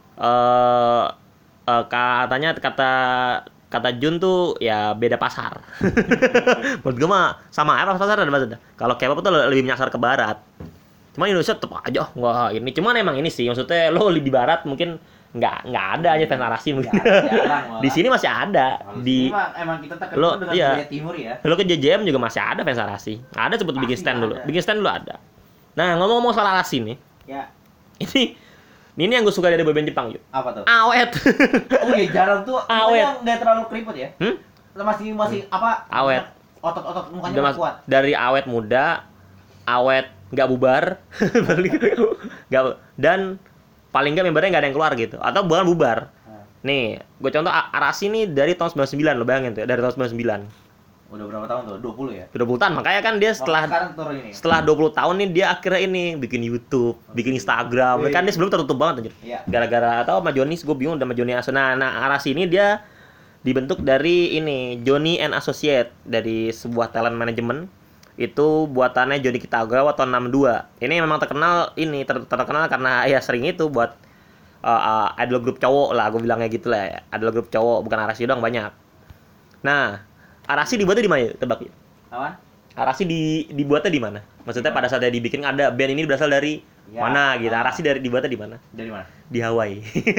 Eh eh, katanya kata kata Jun tuh ya beda pasar. Menurut gue mah sama aja pasar ada pasar. Kalau K-pop tuh lebih menyasar ke barat. Cuman Indonesia tetap aja wah ini. Cuman emang ini sih maksudnya lo di barat mungkin nggak nggak ada aja fans Arasi mungkin.
Jarang, jarang, malah.
Di sini masih ada.
Kalau
Di
sini mah emang kita terkenal
Lo,
dengan
iya.
budaya timur ya.
lo ke J J M juga masih ada fans Arasi. Ada sebut bikin
Pasti
stand dulu.
ada.
Bikin stand dulu ada. Nah ngomong-ngomong soal Arasi nih,
Ya,
ini ini yang gue suka dari boyband Jepang yuk.
apa tuh?
Awet.
Oh iya jarang tuh.
Awet.
Mukanya nggak terlalu keriput ya.
Hmm?
Masih masih apa?
Awet.
Otot-otot mukanya
Udah
masih
mas-
kuat.
dari awet muda, awet nggak bubar, nggak dan paling nggak membernya nggak ada yang keluar gitu, atau bukan bubar.
Nah,
Nih, gue contoh A- Arasi nih dari tahun sembilan puluh sembilan, lo bayangin tuh ya, dari tahun sembilan puluh sembilan.
udah berapa tahun tuh? dua puluh ya?
Udah dua puluh tahun, makanya kan dia
Oh,
setelah
sekarang turun ini.
setelah dua puluh tahun nih dia akhirnya ini bikin YouTube, bikin Instagram.
Wih.
Kan dia sebelum tertutup banget anjir.
Iya.
Gara-gara atau sama Joni, gue bingung sama Joni Aso. Nah, nah, Arasi ini dia dibentuk dari ini Johnny and Associate, dari sebuah talent management. Itu buatannya Joni Kitagawa tahun enam puluh dua. Ini memang terkenal ini ter- terkenal karena ya sering itu buat uh, uh, idol grup cowok lah, gue bilangnya gitu lah ya. Idol grup cowok, bukan Arasi doang, banyak. Nah, Arasi dibuatnya di mana? Ya? Tebak ya.
Apa?
Arasi di dibuatnya di mana? Maksudnya pada saat dia dibikin ada band ini berasal dari
Ya,
mana gitu.
ah.
Arasi dari dibuatnya di mana?
Dari mana?
Di Hawaii.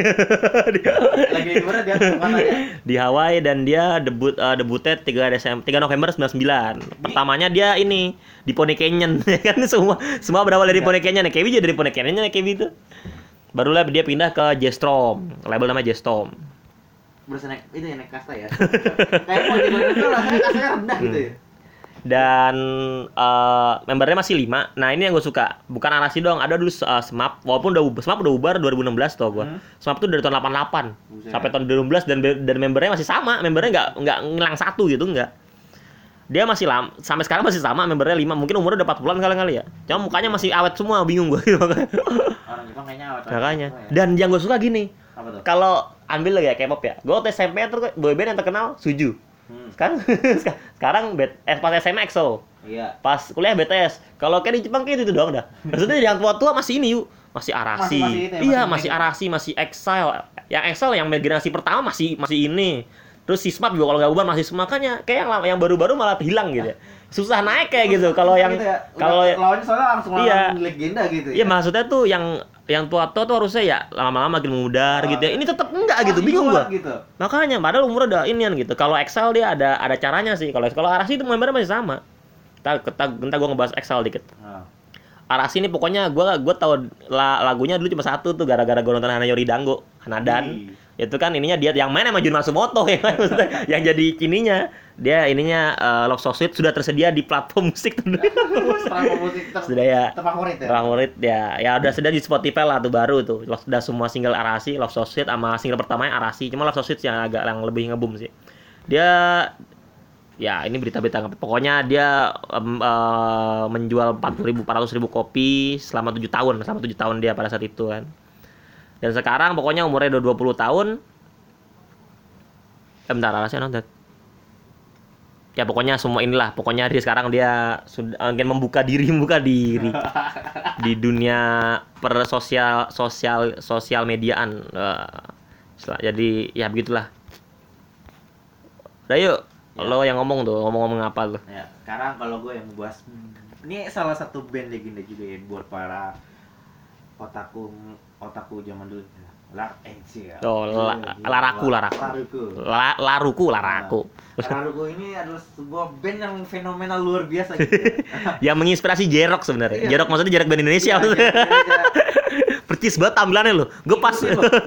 Lagi di mana dia mana ya?
Di Hawaii dan dia debut uh, debutnya tiga Desember tiga November sembilan puluh sembilan. Pertamanya dia ini di Pony Canyon ya kan semua semua berawal dari
Iya.
Pony Canyon. Kebi juga dari Pony Canyon ya Kebi itu. Barulah dia pindah ke J-Strom, label namanya J-Strom.
Berasa naik itu ya naik kasta ya. Kayak mau di itu rasanya kastanya rendah gitu ya.
Dan uh, membernya masih lima. Nah ini yang gue suka. Bukan Arasi doang. Ada dulu uh, Smap. Walaupun udah bu- Smap udah bubar dua ribu enam belas tau gue.
Hmm.
Smap tuh dari tahun delapan puluh delapan
Buset.
sampai tahun dua ribu enam belas dan be- dan membernya masih sama. Membernya nggak nggak ngilang satu gitu nggak. Dia masih lama. Sampai sekarang masih sama. Membernya lima. Mungkin umurnya udah empat puluhan kali kali ya. Cuma mukanya masih awet semua. Bingung gue.
Orang Jepang kayaknya awet.
Makanya.
semua ya.
Dan yang gue suka gini.
Apa tuh?
Kalau ambil lagi ya K-pop ya. Gue waktu S M P tuh boyband yang terkenal Suju.
Hmm.
Sekarang sekarang bet- eh, pas S M A EXO.
Iya.
Pas kuliah B T S. Kalau kayak di Jepang kayak itu doang dah. Maksudnya yang tua-tua masih ini yuk, masih Arasi.
Masih- masih itu ya,
iya,
masih
masih
main.
Arasi, masih EXILE. Yang EXILE yang generasi pertama masih masih ini. Terus si Smap juga kalau nggak ubah masih makanya kayak yang lama- yang baru-baru malah hilang gitu ya. Susah naik kayak gitu. Kalau yang
Gitu ya. Udah
kalau
lawannya soalnya langsung
Iya.
lawan legenda gitu ya.
iya maksudnya tuh yang yang tua-tua tuh harusnya ya lama-lama makin memudar
Oh,
gitu ya. Ini tetap enggak gitu,
Masih
bingung
kuat
gua.
gitu.
Makanya padahal umurnya udah inian gitu. Kalau EXILE dia ada ada caranya sih. Kalau kalau Arasi itu membernya masih sama. Kita kita, kita gua ngebahas EXILE dikit.
Nah.
Arasi ini pokoknya gue gue tahu la, lagunya dulu cuma satu tuh gara-gara gue nonton Hanayori Dango Hanadan.
Ih.
Itu kan ininya dia yang main sama Jun Matsumoto ya kan? Maksudnya yang jadi ininya dia ininya uh, Love So Sweet sudah tersedia di platform musik tuh.
Platform musik ter-
Sudah ya.
terfavorit ya.
Favorit ya. Ya udah sudah di Spotify lah tuh baru tuh. Sudah semua single Arasi, Love So Sweet sama single pertamanya Arasi. Cuma Love So Sweet yang agak yang lebih ngebum sih. Dia ya ini berita-berita pokoknya dia um, uh, menjual empat puluh ribu empat ratus ribu kopi selama tujuh tahun selama tujuh tahun dia pada saat itu kan. Dan sekarang pokoknya umurnya udah dua puluh tahun. Eh bentar, Arasi nonton. Ya pokoknya semua inilah, pokoknya dia sekarang dia sudah ingin membuka diri, membuka diri di dunia per sosial sosial sosial mediaan. Uh, jadi ya begitulah. Udah yuk, ya. Lo yang ngomong tuh, ngomong-ngomong apa lo?
Ya, sekarang kalau gue yang membahas, ini salah satu band legenda juga ya buat para otaku otaku zaman dulu. Lar Enci ya.
Oh, la, laraku, laraku.
Laruku.
La, laruku, laraku.
Nah, Laruku ini adalah sebuah band yang fenomenal luar biasa gitu. Ya.
Yang menginspirasi J-Rock sebenarnya.
Iya.
J-Rock maksudnya J-Rock band Indonesia.
Iya,
Percis banget tampilannya lo. Gue pas.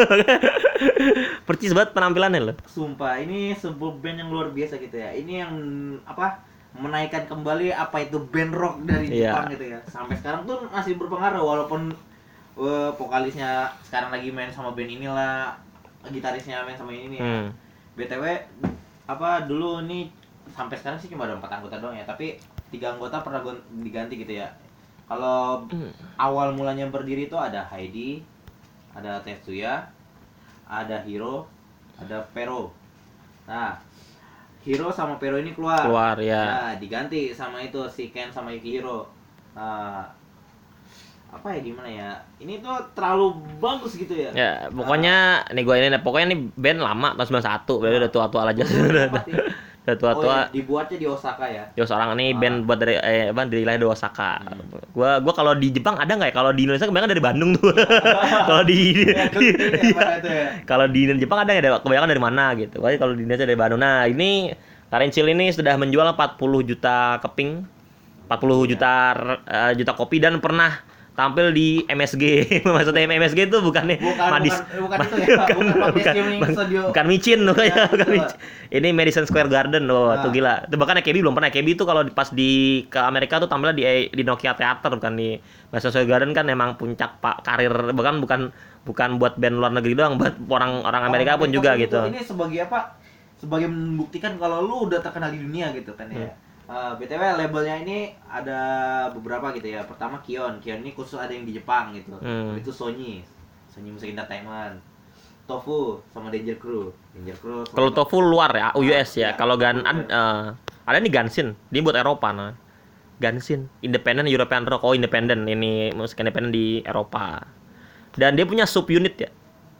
Percis banget penampilannya lo.
Sumpah, ini sebuah band yang luar biasa gitu ya. Ini yang apa? Menaikkan kembali apa itu band rock dari Jepang
Iya.
gitu ya. Sampai sekarang tuh masih berpengaruh walaupun uh, vokalisnya sekarang lagi main sama band inilah, gitarisnya main sama ini nih.
Hmm.
B T W apa dulu nih sampai sekarang sih cuma ada empat anggota doang ya, tapi tiga anggota pernah gon- diganti gitu ya. Kalau
Hmm.
awal mulanya berdiri itu ada Heidi, ada Tetsuya, ada Hiro, ada Pero. Nah, Hiro sama Pero ini keluar.
Keluar ya.
Nah, diganti sama itu si Ken sama Yukihiro. Nah, apa ya gimana ya? Ini tuh terlalu bagus gitu ya.
Ya, pokoknya nih gue ini pokoknya ini band lama tahun sembilan puluh satu, berarti udah tua-tua aja sih. Udah udah tua-tua.
Oh, iya, dibuatnya di Osaka ya.
Ya seorang ini
Ah.
band buat dari eh apa dari lahir dari Osaka.
Hmm.
Gua gua kalau di Jepang ada nggak ya? Kalau di Indonesia kebanyakan dari Bandung tuh. Kalau di
Ya,
di-
penting ya, pada itu ya.
kalau di Jepang ada nggak? Ada kebanyakan dari mana gitu. Pokoknya kalau di Indonesia dari Bandung. Nah, ini Karencil ini sudah menjual empat puluh juta keping, empat puluh
Iya.
juta eh, juta kopi dan pernah tampil di M S G. Maksudnya M S G itu bukannya
Bukan,
Madis,
bukan, bukan itu ya, bukan Magnesium
bukan,
Studio.
bukan micin loh
Ya,
ya, bukan
betul.
micin. Ini Madison Square Garden loh,
Nah.
tuh gila. Itu bahkan K B belum pernah. K B itu kalau di- pas di ke Amerika tuh tampilnya di di Nokia Theater, bukan di Madison Square Garden kan emang puncak pak karir, bahkan bukan bukan buat band luar negeri doang, buat orang orang Amerika pun juga gitu.
Ini sebagai apa? Sebagai membuktikan kalau lu udah terkenal di dunia gitu kan ya. Uh, B T W labelnya ini ada beberapa gitu ya. Pertama Kion. Kion ini khusus ada yang di Jepang gitu.
Hmm.
Itu Sony. Sony Music Entertainment. Tofu sama Danger Crew. Danger Crew. sama-
Kalau Tofu luar ya, U S ya.
Ya,
Kalau Gan
U S.
ad- eh, ada nih Gansin, dia buat Eropa nah. Gansin, Independent European Rock, oh independent ini musik independent di Eropa. Dan dia punya sub unit ya.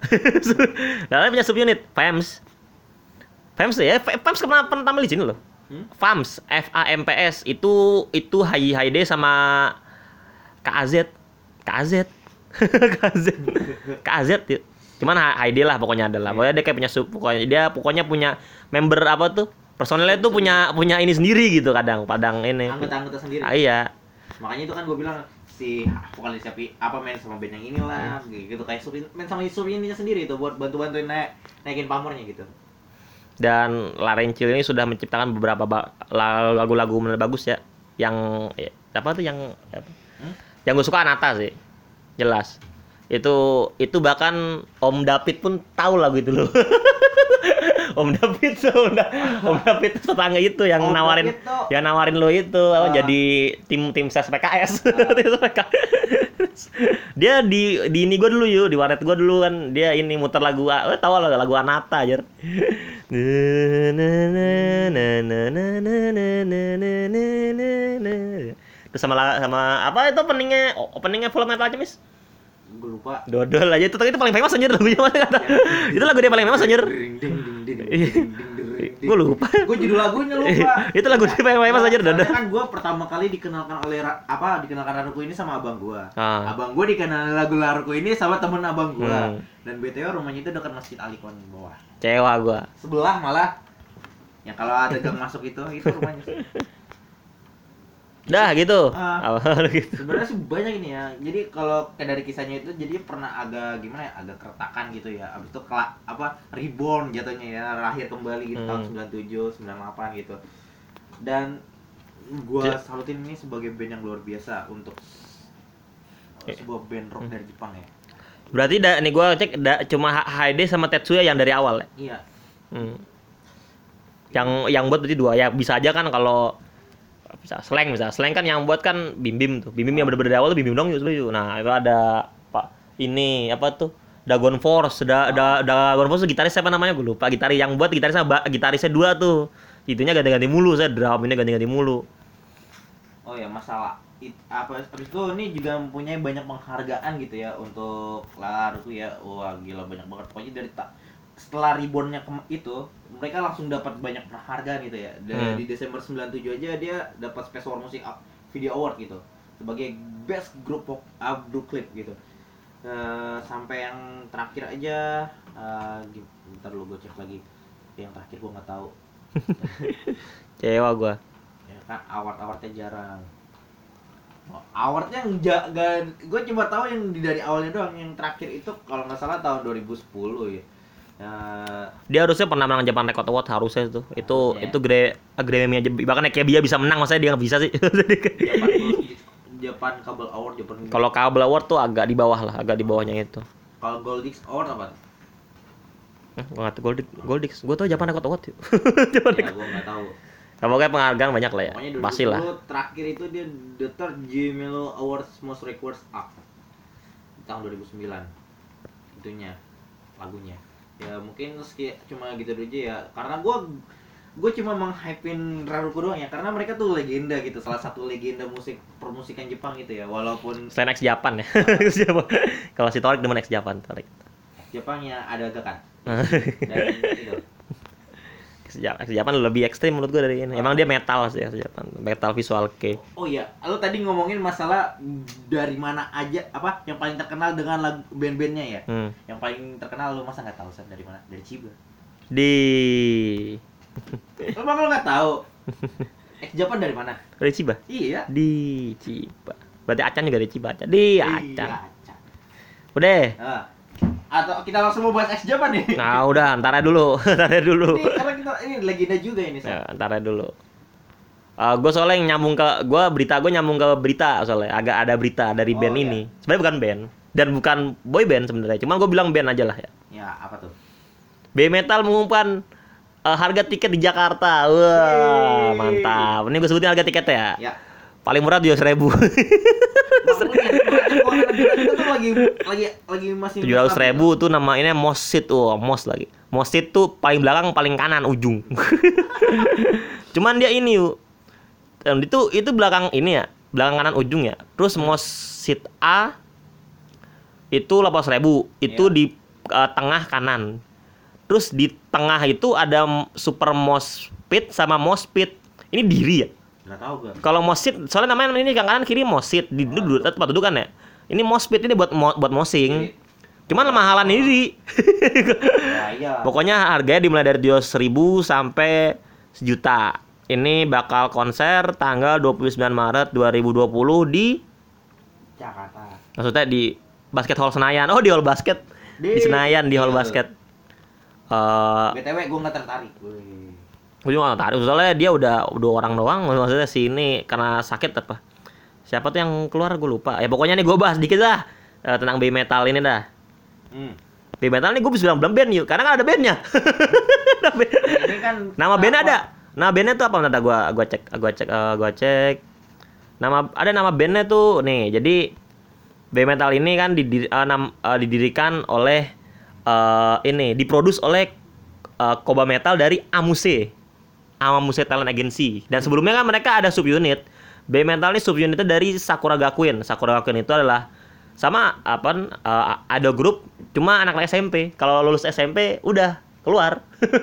Nah, dia punya sub unit, F A M S. F A M S ya, F A M S pernah pernah tampil di sini loh.
Hmm?
F A M S, F A M P S itu itu Hai Haide sama K A Z. K A Z. K A Z. K A Z ya. Cuman Haide lah pokoknya adalah. Pokoknya dia kayak punya sub, pokoknya dia pokoknya punya member apa tuh? Personelnya tuh punya punya ini sendiri gitu kadang, padang ini.
Anggota-anggota sendiri.
Ah, iya.
Makanya itu kan gue bilang si vokalis siapa apa main sama band yang inilah gitu kayak sub main sama sub ininya sendiri itu buat bantu-bantuin naik naikin pamornya gitu.
Dan Larencil ini sudah menciptakan beberapa ba- la- lagu-lagu benar bagus ya. Yang ya, apa tuh yang apa?
Hmm?
Yang gue suka Anata sih. Jelas. Itu itu bahkan Om David pun tahu lagu itu loh. Om David tuh, Om, Da- Om David tuh tetangga itu yang
Om
nawarin
David tuh-
yang nawarin lo itu apa,
Ah.
jadi tim tim ses P K S. Tim ses P K S. Dia di di ini gue dulu yuk, di warnet gue dulu kan dia ini muter lagu, oh, tahu lah lagu Anata aja. Terus sama la- sama apa itu openingnya openingnya Full Metal aja mis.
Gue lupa.
Dodol aja itu itu paling famous anjir lagunya mana kata. Itu lagu dia paling famous anjir. Gue lupa.
Gue judul lagunya lupa.
Itu lagu dia paling famous anjir Dodol.
Soalnya kan gue pertama kali dikenalkan oleh Ra- apa dikenalkan Laruku ini sama abang gue.
Ah.
Abang gue dikenal lagu Laruku ini sama temen abang gue.
Hmm.
Dan B T W rumahnya itu dekat Masjid Alikon bawah.
Cewa gua.
Sebelah malah. Yang kalau ada gang masuk itu itu rumahnya.
Dah gitu.
Ah.
Awal gitu.
Sebenarnya sih banyak ini ya. Jadi kalau kayak dari kisahnya itu jadi pernah agak gimana ya, agak keretakan gitu ya. Abis itu kelak apa reborn jatuhnya ya, lahir kembali gitu
Hmm.
tahun sembilan tujuh, sembilan delapan gitu. Dan gua
J-
salutin ini sebagai band yang luar biasa untuk
Eh.
sebuah band rock dari Jepang ya.
Berarti da, nih gua cek da, cuma H- Haide sama Tetsuya yang dari awal ya.
Iya.
Hmm. Yang yang buat berarti dua ya, bisa aja kan kalau bisa slang bisa slang kan yang buat kan Bim Bim tuh. Bim Bim yang bener-bener dari awal tuh Bim Bim dong yuk. Nah, itu ada Pak ini apa tuh? Dagon Force, da, da, Dagon Force tuh gitaris siapa namanya gue lupa. Gitaris yang buat gitarisnya ba- gitarisnya dua tuh. Itunya ganti-ganti mulu, saya drum ini ganti-ganti mulu.
Oh ya, masalah it, apa habis itu ini juga mempunyai banyak penghargaan gitu ya untuk lar itu ya. Wah, gila banyak banget. Pokoknya dari tak setelah rebornnya ke- itu mereka langsung dapat banyak penghargaan gitu ya. Dari
Hmm.
di Desember sembilan tujuh aja dia dapat Space War Music A- Video Award gitu sebagai best group of uh, group clip gitu. Eh, sampai yang terakhir aja eh gi- bentar lu gue cek lagi. Yang terakhir gua nggak tahu.
Cewa gua.
Ya kan award-awardnya jarang. Oh, awardnya enggak, gue cuma tahu yang di dari awalnya doang. Yang terakhir itu kalau nggak salah tahun dua ribu sepuluh ya. Ya,
Dia harusnya pernah menang Japan Record Award harusnya itu. Itu
Harusnya.
itu gede Grammy aja. Bahkan kayak dia bisa menang, masa dia nggak bisa sih.
Japan Japan Cable Award, Japan.
Kalau Kabel Award tuh agak di bawah lah, agak di bawahnya itu.
Kalau Goldix Award apa?
Eh, gua nggak tahu Gold Goldix. Gua tahu Japan Record Award yuk. Japan
Ya,
Record.
gue nggak tahu.
Nah, pokoknya penghargaan banyak lah ya.
Pokoknya
Pasti lah.
dua ribu sepuluh terakhir itu dia The Third Gmello Awards Most Records Up tahun dua ribu sembilan. Itunya lagunya. Ya mungkin meski cuma gitu aja ya. Karena gue gue cuma meng-hypein Raruko doang ya. Karena mereka tuh legenda gitu. Salah satu legenda musik permusikan Jepang gitu ya. Walaupun
Selain X Japan ya. Kalau si Torik demen X Japan, Torik.
Jepang ya ada agak kan. Dan itu.
X Japan, X Japan lebih ekstrim menurut gua dari ini. Emang dia metal sih X Japan. Metal visual K.
Oh iya, lo tadi ngomongin masalah dari mana aja apa yang paling terkenal dengan lagu band-bandnya ya.
Hmm.
Yang paling terkenal lo masa nggak tahu San dari mana? Dari Chiba.
Di
Lo emang lo nggak tahu? X Japan dari mana?
dari Chiba.
Iya.
Di Chiba. Berarti Acan juga dari Chiba. Acan. Di
Iya,
Acan.
Acan.
Udah.
Nah, atau kita langsung mau bahas X Japan nih?
Nah, udah, ntar aja dulu. Ntar aja dulu.
Ini karena kita ini legenda juga ini, San.
Ya, ntar aja dulu. Uh, gue soalnya yang nyambung ke gue berita gue nyambung ke berita soalnya agak ada berita dari
Oh,
band
iya.
ini. Sebenarnya bukan band dan bukan boy band sebenarnya. Cuman gue bilang band aja lah ya.
Ya, apa tuh?
B Metal mengumumkan uh, harga tiket di Jakarta. Wah,
Yeay.
mantap. Ini gue sebutin harga tiketnya ya.
Ya.
Paling murah tujuh ratus ribu.
Makanya, gua kita tuh lagi lagi lagi masih
tujuh ratus ribu tuh nama ini Mosit. Oh, Mos lagi. Mosit tuh paling belakang paling kanan ujung. Cuman dia ini yuk. Dan itu itu belakang ini ya, belakang kanan ujung ya. Terus Mosit A itu delapan ratus ribu. Itu
Iya.
di uh, tengah kanan. Terus di tengah itu ada Super Mospit sama Mospit. Ini diri ya.
Nggak tahu gua.
Kalau Mosit, soalnya namanya ini kan kanan kiri Mosit, di duduk tempat duduk kan ya. Ini Mospit ini buat mo, buat mosing. Cuman mahalan ini.
Ya, iya.
Pokoknya harganya dimulai dari dua ratus ribu sampai sejuta. Ini bakal konser tanggal dua puluh sembilan Maret dua ribu dua puluh di
Jakarta.
maksudnya di Basket Hall Senayan. Oh, di Hall Basket. Di,
Di-
Senayan di Hall
iya.
Basket. Eh,
B T W gue nggak tertarik. Wih.
gue juga nggak tahu. Soalnya dia udah dua orang doang. Maksudnya si ini karena sakit apa? Siapa tuh yang keluar gue lupa. Ya pokoknya nih gue bahas dikit lah eh, tentang B Metal ini dah.
Hmm.
B Metal ini gue bisa bilang band yuk, karena kan ada bandnya.
Ini kan
Nama band
apa?
ada. Nama bandnya tuh apa? Nanti gua gua cek, gua cek, eh, gua cek. Nama ada nama bandnya tuh nih. Jadi B Metal ini kan didiri- eh, nam- eh, didirikan oleh eh, ini, diproduksi oleh eh, Koba Metal dari Amuse. Amuse Talent Agency. Dan sebelumnya kan mereka ada subunit. B Metal ini subunitnya dari Sakura Gakuin. Sakura Gakuin itu adalah sama apa eh, ada grup cuma anak-anak S M P. Kalau lulus S M P udah keluar.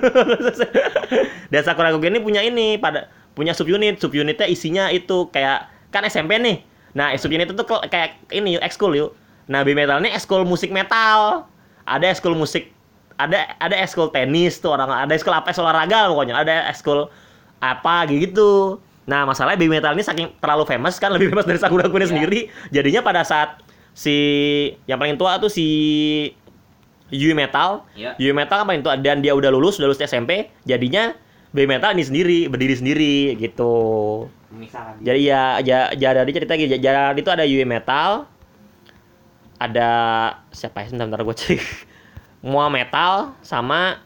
Dan Sakura Gakuin ini punya ini pada punya subunit. Subunitnya isinya itu kayak kan S M P nih. Nah, subunit itu ke- kayak ini ekskul yuk. Nah, B Metal ini ekskul musik metal. Ada ekskul musik ada ada ekskul tenis tuh orang ada ekskul apa ekskul olahraga pokoknya ada ekskul apa gitu Nah, masalahnya baby metal ini saking terlalu famous kan, lebih famous dari Sakura Kunin
Iya.
sendiri. Jadinya pada saat si yang paling tua tuh si Yui Metal,
Iya.
Yui Metal kan paling tua dan dia udah lulus, udah lulus S M P, jadinya baby metal ini sendiri, berdiri sendiri gitu.
Memisahkan dia.
Jadi ya, ya, jadi cerita gitu. Jadi itu ada Yui Metal, ada siapa ya? Sebentar, bentar gue cek. Mua Metal sama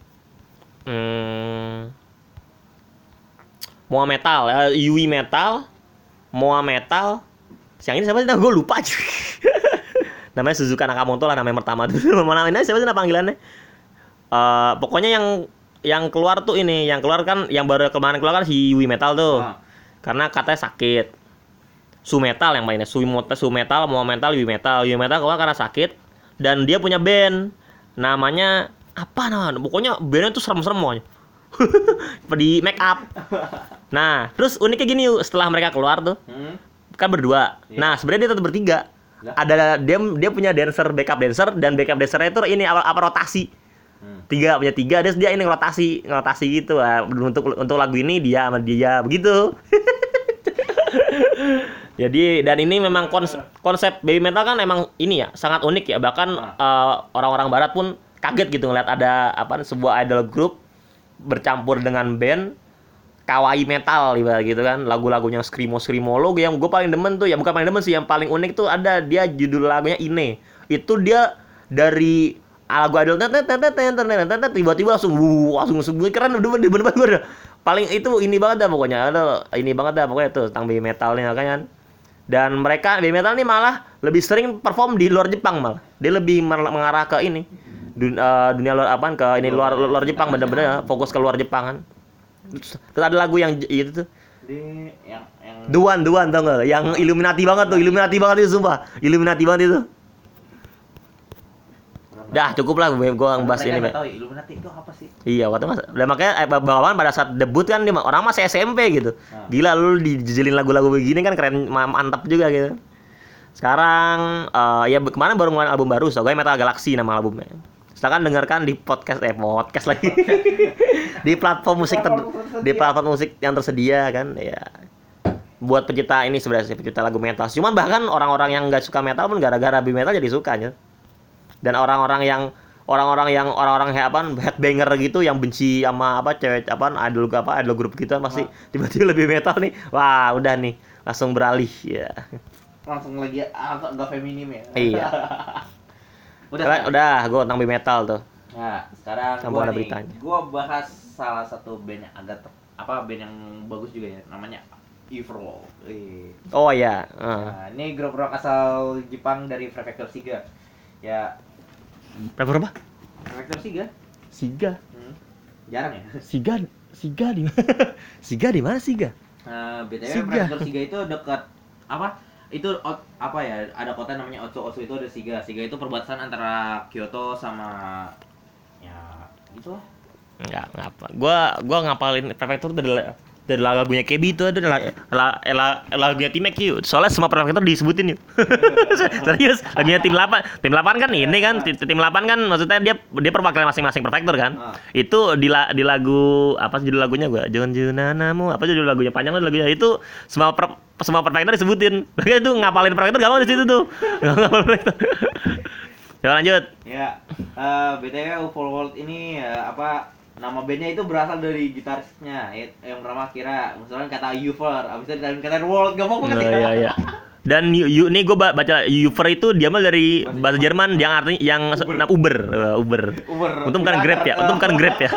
hmm, Mua Metal, uh, Yui Metal, Mua Metal. Yang ini siapa sih? Gue lupa aja. Namanya Suzuka Nakamoto lah namanya pertama tuh. Namanya siapa sih nama panggilannya? Uh, pokoknya yang yang keluar tuh ini, yang keluar kan yang baru kemarin keluar kan si Yui Metal tuh.
Ah.
Karena katanya sakit. Su Metal yang mainnya, Su Metal, Su Metal, Mua Metal, Yui Metal. Yui Metal keluar karena sakit dan dia punya band. Namanya apa namanya? Pokoknya bandnya tuh serem-serem pokoknya. Di make up. Nah, terus uniknya gini yuk, setelah mereka keluar tuh,
Hmm.
kan berdua.
Iya.
Nah, sebenarnya dia tetap bertiga.
Lah.
Ada dia dia punya dancer, backup dancer dan backup dancernya itu ini apa, apa rotasi.
Hmm.
Tiga punya tiga, terus dia ini rotasi, rotasi gitu. Nah, untuk untuk lagu ini dia sama dia begitu. Jadi dan ini memang konsep, konsep baby metal kan emang ini ya sangat unik ya, bahkan uh, orang-orang barat pun kaget gitu ngeliat ada apa sebuah idol group bercampur dengan band kawaii metal gitu kan, lagu-lagunya screamo screamo lo yang gue paling demen tuh ya, bukan paling demen sih, yang paling unik tuh ada dia judul lagunya Ine. Itu dia dari lagu idol tiba-tiba langsung wuh, langsung langsung keren, udah bener bener gue paling itu ini banget dah pokoknya, ada ini banget dah pokoknya tuh tentang baby metal nih kan. Dan mereka baby metal nih malah lebih sering perform di luar Jepang malah. Dia lebih mengarah ke ini dunia, uh, dunia luar apaan ke ini luar luar Jepang, bener-bener fokus ke luar Jepang kan. Terus ada lagu yang itu tuh
Di yang yang
Duan Duan tau gak? Yang Illuminati banget tuh, Illuminati banget itu sumpah, Illuminati banget itu. Dah cukup lah gue ngebahas ini.
Mereka nggak tahu Illuminati itu apa sih?
Iya waktu mas, dan makanya eh, bawaan pada saat debut kan dia orang masih S M P gitu.
Nah.
Gila lu dijejelin lagu-lagu begini kan keren, mantap juga gitu. Sekarang uh, ya kemarin baru ngeluarin album baru, so gue Metal Galaxy nama albumnya. Silakan dengarkan di podcast eh podcast lagi. Di platform musik ter, di platform musik yang tersedia kan ya. Buat pecinta ini sebenarnya pecinta lagu metal. Cuman bahkan orang-orang yang nggak suka metal pun gara-gara baby metal jadi suka ya. Dan orang-orang yang orang-orang yang orang-orang kayak apa headbanger gitu yang benci sama apa cewek apa idol apa idol grup gitu pasti tiba-tiba lebih metal nih. Wah, udah nih langsung beralih ya.
Langsung lagi agak enggak feminim ya.
Iya.
Udah.
Udah, udah gue tentang baby metal tuh.
Nah, sekarang
Kamu
gua
ada
nih,
beritanya.
gua bahas salah satu band yang agak ter- apa band yang bagus juga ya, namanya Everwall. Eh.
Oh ya. Uh.
Nah, ini grup rock asal Jepang dari Prefecture Shiga. Ya,
Berapa berapa?
Prefecture Shiga.
Siga.
Hmm. Jarang ya.
Siga. Siga di mana? Siga di mana Siga?
Nah, B T W
Shiga.
Prefecture Shiga itu dekat apa? Itu ot- apa ya? Ada kota namanya Otsu. Otsu itu ada Shiga. Shiga itu perbatasan antara Kyoto sama ya gitu lah.
Enggak, ngapa. Gua gua ngapalin prefektur dari dari lagunya Kebi itu ada la, la, la, lagunya Tim Q. Soalnya semua prefektur disebutin yuk. Serius, lagunya tim delapan. Tim delapan kan ini kan tim, tim delapan kan maksudnya dia dia perwakilan masing-masing prefektur kan.
Ah.
Itu di la, di lagu apa sih judul lagunya gua? Jonjunanamu. Apa judul lagunya panjang banget lagunya. Itu semua per, semua prefektur disebutin. Makanya itu ngapalin prefektur gampang di situ tuh. Ngapalin prefektur. Coba lanjut.
Ya, eh B T W Full World ini ya, apa nama bandnya itu berasal dari gitarisnya y- yang bernama Kira. Misalnya kata Ufer, abis itu ditambah kata World, gampang banget
Oh,
ya.
iya, iya. Dan yu, yu, nih gue baca Uber itu diambil dari bahasa Jerman yang artinya yang Uber, Uber. Uh, Uber.
Uber.
Untung bukan Grab ya, untung bukan Grab ya.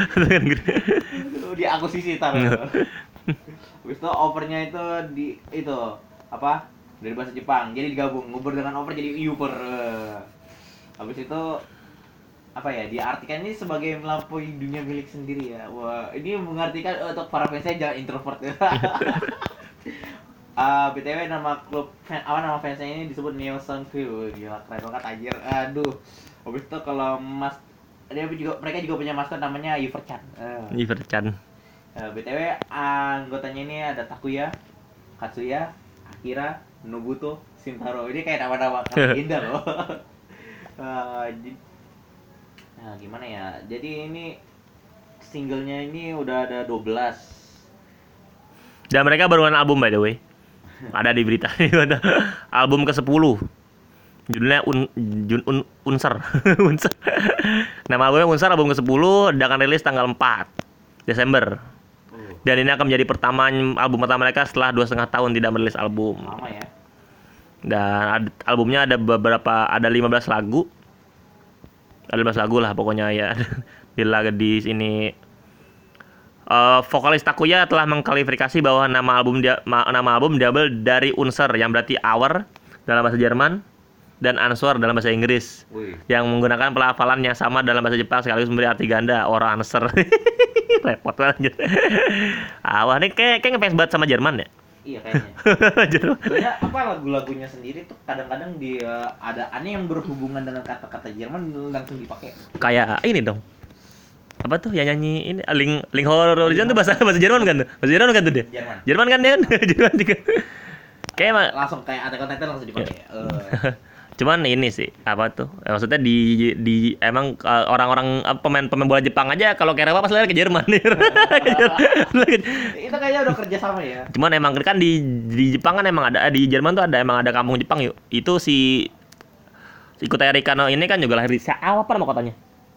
Di akuisisi tar. Habis itu overnya itu di itu apa? Dari bahasa Jepang. Jadi digabung Uber dengan over jadi Uber. Habis itu apa ya, diartikan ini sebagai melampaui dunia milik sendiri ya. Wah, ini mengartikan untuk para fansnya jangan introvert ya. Uh, B T W nama klub fan, apa nama fansnya ini disebut Neo Sun Crew. Gila keren banget anjir. Aduh. Habis itu kalau mas dia juga mereka juga punya maskot namanya Yuver-chan. Uh.
Yuver-chan.
Uh, B T W anggotanya ini ada Takuya, Katsuya, Akira, Nobuto, Shintaro. Ini kayak nama-nama legenda loh. uh, Nah, gimana ya? Jadi ini singlenya ini udah ada dua belas.
Dan mereka baru ngeluarin album by the way. Ada di berita. Album ke sepuluh. Judulnya Un, Jun, Un, Unser. Unser. Nama albumnya Unser, album ke sepuluh dan akan rilis tanggal empat Desember. Dan ini akan menjadi pertama album pertama mereka setelah dua setengah tahun tidak merilis album.
Lama ya.
Dan ad, albumnya ada beberapa, ada lima belas lagu. Ada lima belas lagu lah pokoknya ya. Di lagu di sini uh, vokalis Takuya telah mengklarifikasi bahwa nama album dia ma, nama album diambil dari Unser yang berarti hour dalam bahasa Jerman dan answer dalam bahasa Inggris.
Wih.
Yang menggunakan pelafalan yang sama dalam bahasa Jepang sekaligus memberi arti ganda orang answer. Repot banget. Ah, wah ini kayak kayak ngefans banget sama Jerman ya.
Iya kayaknya. Soalnya apa lagu-lagunya sendiri tuh kadang-kadang dia ada aneh yang berhubungan dengan kata-kata Jerman langsung dipakai.
Kayak ini dong. Apa tuh yang nyanyi ini Link Link Horror Origin tuh bahasa bahasa Jerman kan tuh? Bahasa Jerman kan tuh dia?
Jerman.
Jerman kan dia? Jerman juga. Kayak mah
Langsung kayak ada konten langsung dipakai. Uh.
cuman ini sih apa tuh eh, maksudnya di di emang uh, orang-orang uh, pemain pemain bola Jepang aja kalau kayak apa pas lari ke Jerman.
Itu kayaknya udah kerja sama ya.
Cuman emang kan di di Jepang kan emang ada di Jerman tuh ada emang ada kampung Jepang yuk. Itu si si Kutari Kano ini kan juga lahir di apa nama kotanya?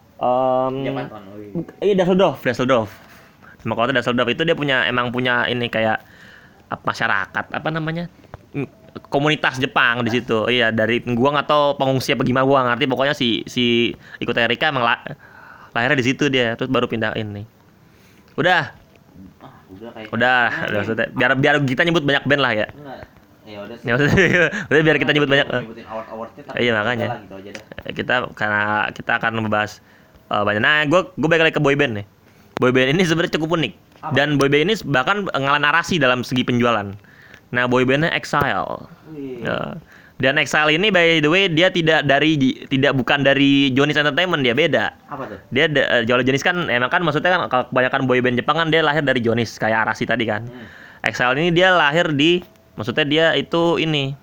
Um,
Jerman.
Iya Düsseldorf, Düsseldorf. Sama kota Düsseldorf itu dia punya emang punya ini kayak apa, masyarakat apa namanya? Komunitas Jepang di situ. Iya, dari gua nggak tahu pengungsi apa gimana gua ngerti. Pokoknya si si ikut Erika emang la, lahirnya di situ dia, terus baru pindah ini. Udah.
Ah, udah kayak.
Udah, udah maksudnya, biar biar kita nyebut banyak band lah ya.
Enggak. Ya udah sih.
Ya maksudnya, udah biar kita nyebut banyak.
Nyebutin award-awardnya tapi
Iya makanya.
lah, gitu aja dah.
Kita karena kita akan membahas uh, banyak. Nah, gua gua balik lagi ke boyband nih. Boyband ini sebenarnya cukup unik.
Apa?
Dan boyband ini bahkan ngalah narasi dalam segi penjualan. Nah, boybandnya Exile. Ya. Dan Exile ini by the way dia tidak dari tidak bukan dari Johnny's Entertainment, dia beda.
Apa tuh?
Dia uh, Johnny Johnny's kan emang kan maksudnya kan kalau kebanyakan boyband Jepang kan dia lahir dari Johnny's kayak Arashi tadi kan. Hmm. Exile ini dia lahir di maksudnya dia itu ini.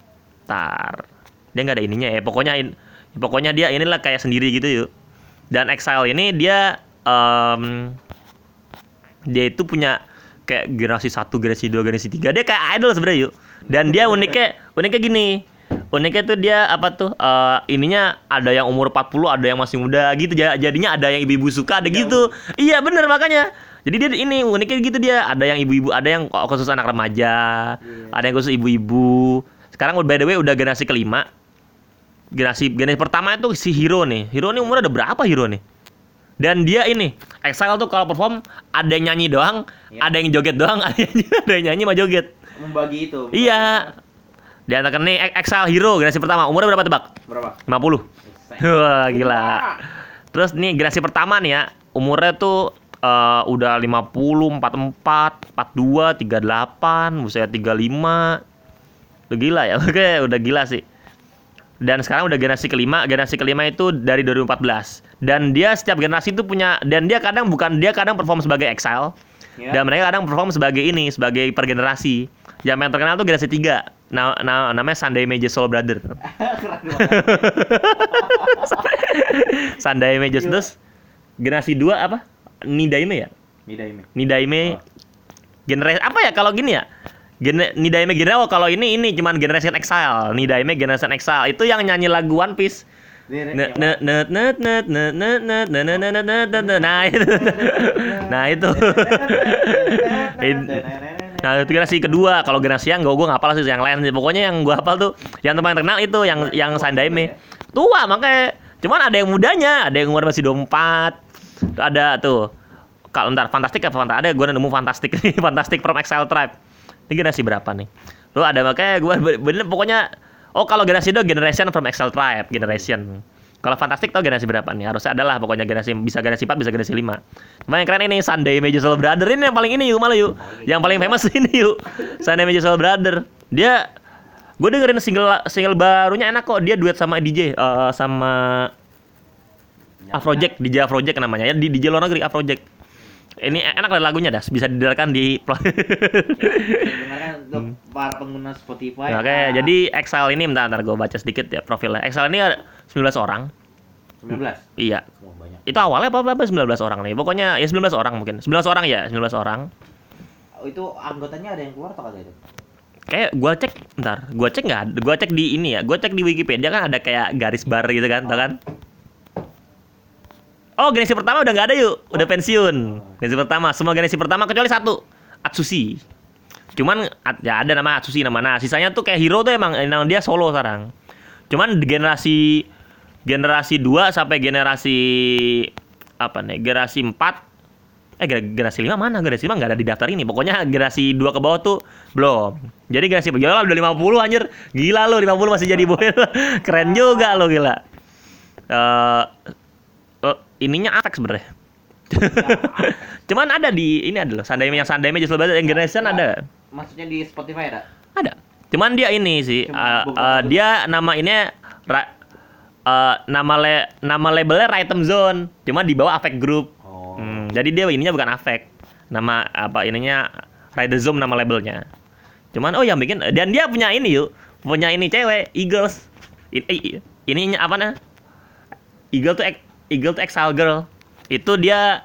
Tar. Dia nggak ada ininya ya. Pokoknya in, pokoknya dia inilah kayak sendiri gitu yuk. Dan Exile ini dia um, dia itu punya kayak generasi satu, generasi dua, generasi tiga. Dia kayak idol sebenarnya yuk. Dan dia uniknya uniknya gini. Uniknya tuh dia apa tuh? Uh, ininya ada yang umur empat puluh, ada yang masih muda gitu. Jadinya ada yang ibu-ibu suka, ada gitu. Iya, bener makanya. Jadi dia ini uniknya gitu dia. Ada yang ibu-ibu, ada yang khusus anak remaja, yeah. Ada yang khusus ibu-ibu. Sekarang by the way udah generasi kelima. Generasi generasi pertama itu si Hiro nih. Hiro nih umurnya udah berapa Hiro nih? Dan dia ini, Exile tuh kalau perform ada yang nyanyi doang, ya. Ada yang joget doang, ada yang, ada yang nyanyi sama joget.
Membagi itu. Membagi
iya. Di antara nih Exile Hero generasi pertama, umurnya berapa tebak?
Berapa?
lima puluh. Wah, gila. Terus nih generasi pertama nih ya, umurnya tuh uh, udah lima puluh, empat puluh empat, empat puluh dua, tiga puluh delapan, buset tiga puluh lima. Udah gila ya, oke, udah gila sih. Dan sekarang udah generasi kelima, generasi kelima itu dari dua ribu empat belas. Dan dia setiap generasi itu punya, dan dia kadang bukan, dia kadang perform sebagai Exile. Yeah. Dan mereka kadang perform sebagai ini, sebagai per generasi. Yang paling terkenal tuh generasi tiga. Nah, nah namanya Sunday Major Soul Brother. Sunday Major terus generasi dua apa? Nidaime ya?
Nidaime.
Nidaime.
Oh.
Generasi apa ya kalau gini ya? Gen- Nidaime General kalau ini ini cuman Generation Exile. Nidaime Generation Exile itu yang nyanyi lagu One Piece. Nah itu. Nah itu. Nah itu generasi kedua. Kalau generasi yang gue gue ngapal sih yang lain sih. Pokoknya yang gue hafal tuh yang paling terkenal itu yang yang Sandaime. Tua makanya. Cuman ada yang mudanya, ada yang umur masih dua puluh empat. Ada tuh. Kalau ntar Fantastic apa Fantastic? Ada gue nemu Fantastic nih, Fantastic from Exile Tribe. Ini generasi berapa nih? Lu ada makanya gue bener pokoknya. Oh kalau generasi itu Generation from Exile Tribe, Generation. Kalau Fantastic tau generasi berapa nih? Harusnya adalah pokoknya generasi bisa generasi empat, bisa generasi lima. Cuma yang keren ini Sunday Major Soul Brother ini yang paling ini yuk malah yuk. Yang paling famous ini yuk. Sunday Major Soul Brother. Dia gue dengerin single single barunya enak kok. Dia duet sama D J uh, sama Afrojack, D J Afrojack namanya ya, di D J luar negeri Afrojack. Ini enak lah lagunya dah, bisa didengarkan di
dengarkan untuk para pengguna Spotify.
Oke, okay, ah. Jadi Exile ini bentar, bentar gue baca sedikit ya profilnya. Exile ini ada sembilan belas orang.
sembilan belas?
Iya.
Oh, banyak.
Itu awalnya apa apa sembilan belas orang nih. Pokoknya ya sembilan belas orang mungkin. sembilan belas orang ya, sembilan belas orang.
itu anggotanya ada yang keluar atau kagak itu?
Kayak gua cek, bentar, gua cek nggak, gua cek di ini ya, gua cek di Wikipedia kan ada kayak garis bar gitu kan, tau kan? Oh, generasi pertama udah nggak ada yuk, udah pensiun. Generasi pertama, semua generasi pertama kecuali satu, Atsushi. Cuman at- ya ada nama Atsushi nama, nah sisanya tuh kayak Hero tuh emang, emang dia solo sekarang. Cuman di generasi generasi dua sampai generasi apa nih, generasi empat eh gener- generasi lima mana? Generasi lima nggak ada di daftar ini. Pokoknya generasi dua ke bawah tuh belum. Jadi generasi gila udah lima puluh anjir. Gila lo lima puluh masih jadi bocil. Keren juga lo gila. Eh uh, ininya Apex sebenarnya. Cuman ada di ini ada loh. Sandaime yang Sandaime justru banget yang generation ada.
Maksudnya di Spotify ada?
Ada. Cuman dia ini sih
Cuma
uh,
beberapa
uh,
tuh.
dia nama ini ra- uh, nama le nama labelnya Rhythm Zone. Cuma di bawah Affect Group.
Oh.
Hmm, jadi dia ininya bukan Affect. Nama apa ininya Rhythm nama labelnya. Cuman oh yang bikin dan dia punya ini yuk. Punya ini cewek, Eagles. I, i, ininya apa nah? Eagle tuh ex- Eagle tuh Exile Girl. Itu dia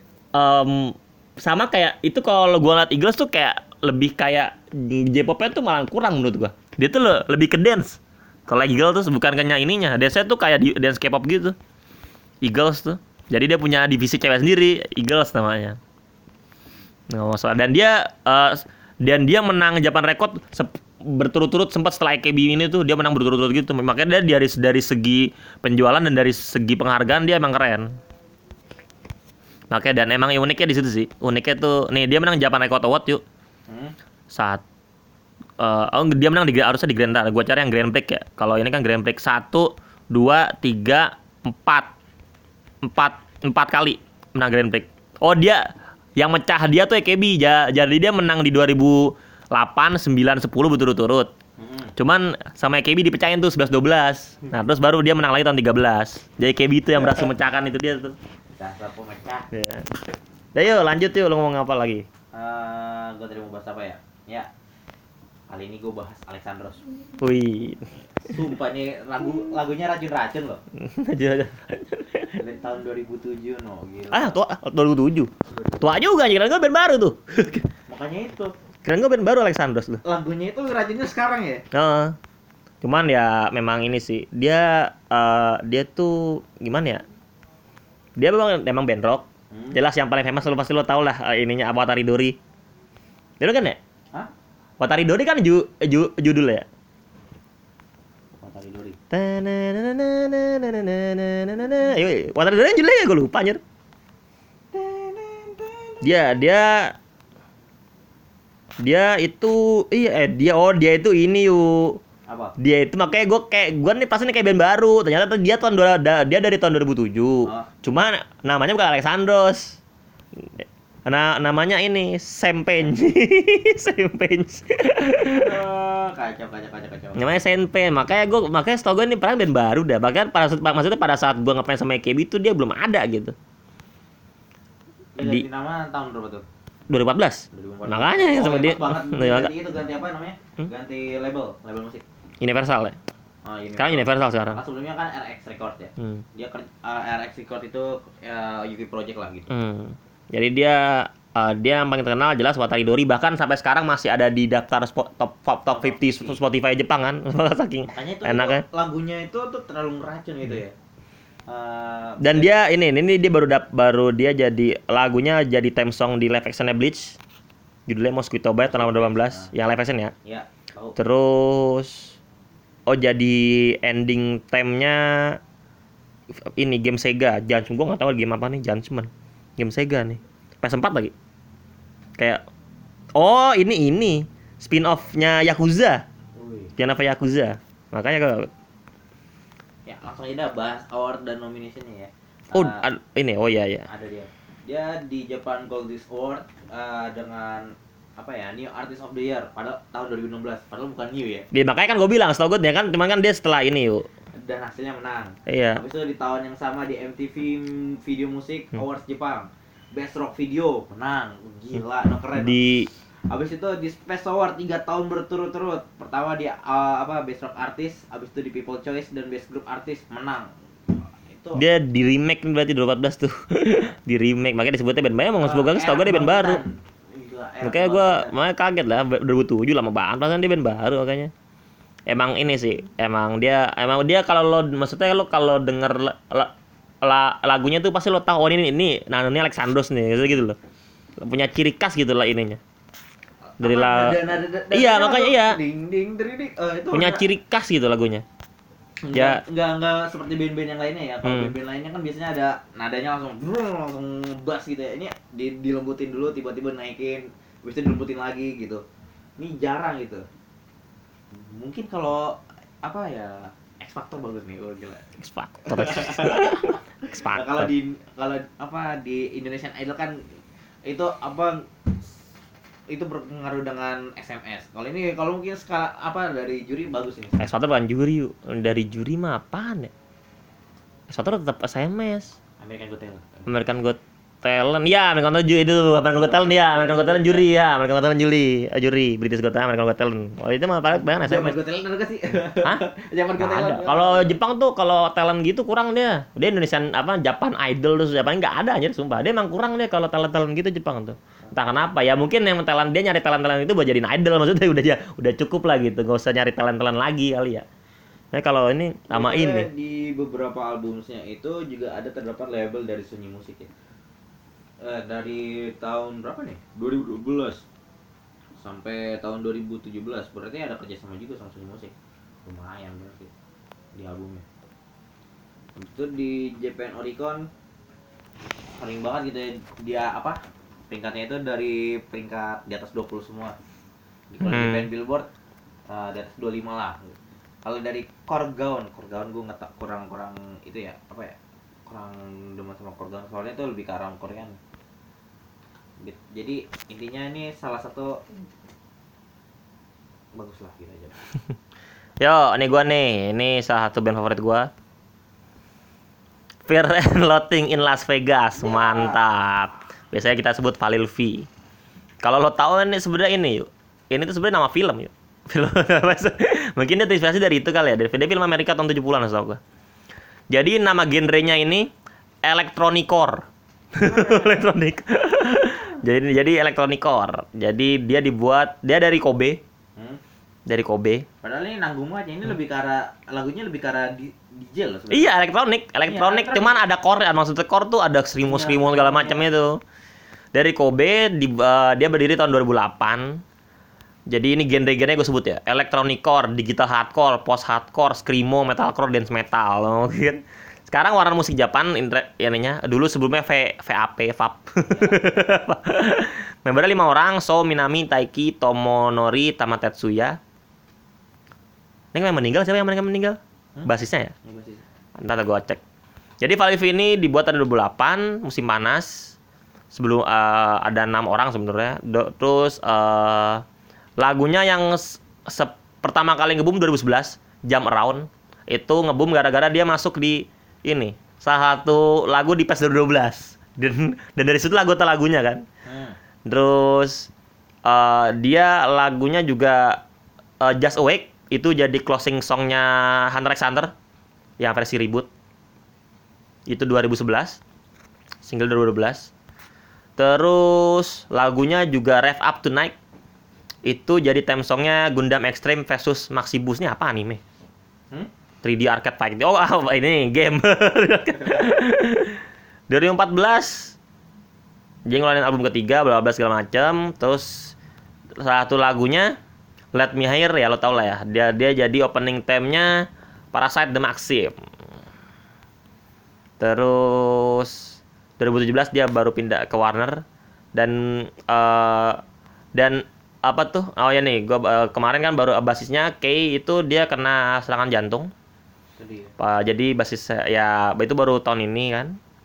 em, sama kayak itu kalau gua liat Eagles tuh kayak lebih kayak J-popnya tuh malah kurang menurut gua. Dia tuh le- lebih ke dance. Kalau Eagle tuh bukan kayaknya ininya, dance tuh kayak di, dance K-pop gitu. Eagles tuh. Jadi dia punya divisi cewek sendiri, Eagles namanya. Nggak masalah. Dan dia eh, dan dia menang Japan Record sep- berturut-turut sempat setelah A K B ini tuh dia menang berturut-turut gitu. Makanya dia dari dari segi penjualan dan dari segi penghargaan dia emang keren. Makanya dan emang uniknya di situ sih. Uniknya tuh nih dia menang Japan Record Award yuk.
Hmm?
Saat eh, oh dia menang di harusnya di Grand Prix. Gua cari yang Grand Prix ya. Kalau ini kan Grand Prix satu, dua, tiga, empat. empat empat kali menang Grand Prix. Oh dia yang mecah dia tuh A K B. Ja- Jadi dia menang di dua ribu delapan, sembilan, sepuluh berturut-turut.
Hmm.
Cuman sama A K B dipecahin tuh sebelas dua belas. Nah, terus baru dia menang lagi tahun tiga belas. Jadi A K B itu yang berhasil memecahkan itu dia tuh.
Dasar pemecah.
Ya. Ya yuk lanjut yuk, lo ngomong apa lagi?
Eh, gue tadi mau bahas apa ya? Ya. Kali ini gue bahas Alexandros.
Wih.
Sumpah nih lagu lagunya racun-racun loh.
Aja aja.
Dari tahun dua ribu tujuh no, gila.
Ah, tua dua ribu tujuh. Tua juga, kira gue band baru tuh.
Makanya itu.
Kira gue band baru Alexandros lu.
Lagunya itu racunnya sekarang ya?
Heeh. Cuman ya memang ini sih. Dia eh, dia tuh gimana ya? Dia memang memang band rock.
Hmm.
Jelas yang paling famous lu pasti lu tau lah eh, ininya apa Watari Dori. Itu kan ya?
Hah?
Watari Dori kan ju, ju, judul ya?
Watari Dori.
Ayo, Watari Dori judulnya ya gue lupa anjir. Dia dia dia itu iya eh, dia oh dia itu ini yuk.
Apa?
Dia itu makanya gue kayak gue nih pas ini kayak band baru. Ternyata tuh dia tahun dua da- dia dari tahun dua ribu tujuh.
Oh.
Cuma namanya bukan Alexandros. Nah, namanya ini Sempen. Sempen.
Oh, kacau kacau kacau kacau.
Namanya Sempen. Makanya gue makanya setahu gue ini padahal band baru dah. Bahkan pada saat maksudnya pada saat gue ngefans sama A K B itu dia belum ada gitu.
Dia
Di-
ganti nama tahun berapa tuh?
dua ribu empat belas.
dua ribu empat belas.
Makanya
oh,
sama
ya,
dia.
pas banget.
Iya,
Ganti itu ganti apa namanya?
Hmm?
Ganti label, label musik.
Universal ya.
Oh, ini.
Sekarang Universal sekarang.
Kan sebelumnya kan R X Record ya.
Hmm.
Dia ker- uh, R X Record itu uh, U V Project lah gitu.
Hmm. Jadi dia uh, dia yang paling terkenal jelas Watari Dori, bahkan sampai sekarang masih ada di daftar spo- top top, top lima puluh Spotify Jepang kan. Saking
Makanya itu
enaknya.
itu lagunya itu tuh terlalu ngeracun gitu ya. Uh,
Dan dia ini ini dia baru dap, baru dia jadi lagunya jadi theme song di live actionnya Bleach. Judulnya Mosquito Bite tahun dua ribu delapan belas yang live action ya.
ya, tahu.
Terus oh jadi ending theme-nya ini game Sega. Judgment gua enggak tahu game apa nih, Judgment. Game Sega nih. P S empat lagi. Kayak oh ini ini spin-off-nya Yakuza.
Wih.
Piano Yakuza. Makanya kalau
Ya, langsung aja bahas award dan nomination-nya ya.
oh
Uh,
ad- ini oh iya ya.
ada dia. Dia di Japan Gold Disc Award uh, dengan apa ya? New Artist of the Year pada tahun dua ribu enam belas. Padahal bukan new ya.
Dia makanya kan gue bilang setahu gue dia kan cuman kan dia setelah ini yuk.
Dan hasilnya menang.
Iya.
Habis itu di tahun yang sama di M T V Video Music
Hmm.
Awards Jepang. Best Rock Video menang. Gila, no keren.
Di
Habis itu di Space Award tiga tahun berturut-turut. Pertama di uh, apa Best Rock Artist, habis itu di People Choice dan Best Group Artist menang. Itu
dia di remake nih berarti dua ribu empat belas tuh. Di remake makanya disebutnya band baru. Emang sebelumnya setahu gue dia band baru.
Gila, Eh,
Makanya gue makanya kaget lah dua ribu tujuh lama banget kan dia band baru makanya. Emang ini sih, emang dia emang dia kalau lo maksudnya lo kalau denger la, la- la- lagunya tuh pasti lo tahu oh ini ini nah ini Alexandros nih gitu, gitu loh. Punya ciri khas gitu lah ininya. Dari
Apa,
la
nada- nada- nada-
Iya,
nadanya
makanya
langsung
iya.
ding ding ding ding. Eh, itu
Punya
nggak-
ciri khas gitu lagunya.
Enggak,
Ya.
enggak, enggak seperti band-band yang lainnya ya. Kalau
Hmm.
band-band lainnya kan biasanya ada nadanya langsung brrr, langsung bass gitu ya. Ini di, dilembutin dulu, tiba-tiba naikin, habis itu dilembutin lagi gitu. Ini jarang gitu. Mungkin kalau apa ya, X Factor bagus nih, oh gila.
X Factor. X
Nah, kalau
Factor.
di kalau apa di Indonesian Idol kan itu apa itu berpengaruh dengan S M S. Kalau ini kalau mungkin skala apa dari juri bagus ini.
X Factor bukan juri yuk. Dari juri mah apaan ya? X Factor tetap S M S.
American Got Talent.
American Got Talent. Ya, American Got Talent juri itu. American Got Talent ya, American Got Talent juri ya, American Got Talent juri, eh, juri British Got Talent, American Got Talent. Oh, itu mah paling banyak S M
Zaman
S.
Got Talent ada gak sih?
Hah?
Zaman Got
Nggak
Talent.
ada. Kalau Jepang tuh kalau talent gitu kurang dia. Dia Indonesian apa Japan Idol terus Japan nggak ada anjir sumpah. Dia emang kurang dia kalau talent-talent gitu Jepang tuh. Entah kenapa ya mungkin yang talent dia nyari talent-talent itu buat jadiin idol maksudnya udah ya udah cukup lah gitu. Enggak usah nyari talent-talent lagi kali ya. Nah kalau ini sama
Biasanya
ini
di beberapa albumnya itu juga ada terdapat label dari Sunyi Musik ya. Eh, dari tahun berapa nih? dua ribu dua belas sampai tahun dua ribu tujuh belas. Berarti ada kerjasama juga sama Sunyi Musik. Lumayan berarti di albumnya. Itu di Japan Oricon sering banget gitu ya dia apa? Peringkatnya itu dari peringkat di atas dua puluh semua. Di kalau di
Hmm.
band Billboard eh, di atas dua puluh lima lah. Kalau dari Korgaon, Korgaon gue nggak tak kurang-kurang itu ya apa ya kurang demen sama Korgaon soalnya itu lebih ke arah Korean. Gitu. Jadi intinya ini salah satu bagus lah gitu aja.
Yo, ini gua nih. Ini salah satu band favorit gua. Fear and Loathing in Las Vegas. Mantap. Biasanya kita sebut Valil V. Kalau lo tahu ini sebenarnya ini yuk. Ini tuh sebenarnya nama film yuk. Film mungkin dia terinspirasi dari itu kali ya. Dari film Amerika tahun tujuh puluhan setahu gua. Jadi nama genrenya ini electronicore. Elektronik. jadi jadi electronicore. Jadi dia dibuat dia dari Kobe.
Hmm?
Dari Kobe.
Padahal ini nanggung aja ini lebih ke arah lagunya lebih ke arah di, D J loh sebenarnya.
Iya elektronik, elektronik.
elektronik.
Cuman ada core, maksudnya core tuh ada skrimo-skrimo segala macam itu. Dari Kobe, di, uh, dia berdiri tahun dua ribu delapan. Jadi ini genre-genre gue sebut ya, electronic core, digital hardcore, post hardcore, screamo, metalcore, dance metal. Mungkin. Sekarang warna musik Japan, intre, ininya dulu sebelumnya V, VAP, V A P. Membernya lima orang, So, Minami, Taiki, Tomonori, Tamatetsuya. Ini yang meninggal siapa yang mereka meninggal?
Hmm?
Basisnya ya?
Ya, basis.
Ntar gue cek. Jadi Valve ini dibuat tahun dua ribu delapan, musim panas. Sebelum uh, ada enam orang sebenarnya. Do- Terus uh, lagunya yang s- se- pertama kali ngebum dua ribu sebelas, Jump Around. Itu ngebum gara-gara dia masuk di ini salah satu lagu di PES dua ribu dua belas. Dan, dan dari situ lagu lagunya kan.
Hmm.
Terus uh, dia lagunya juga uh, Just Awake itu jadi closing songnya Hunter x Hunter yang versi reboot. Itu dua ribu sebelas. Single dua ribu dua belas. Terus lagunya juga Rev Up Tonight. Itu jadi theme songnya Gundam Extreme versus Maxibus. Ini apa anime?
Hmm?
tiga D arcade fight. Oh, ah, ini game. dua ribu empat belas dia ngeluarin album ketiga, bla bla segala macam. Terus salah satu lagunya Let Me Hear ya lo tau lah ya. Dia dia jadi opening theme-nya Parasite The Maxim. Terus dua ribu tujuh belas dia baru pindah ke Warner dan uh, dan apa tuh? Oh ya nih, gua uh, kemarin kan baru basisnya Kei itu dia kena serangan jantung.
Sedih.
Uh, jadi basis ya itu baru tahun ini kan.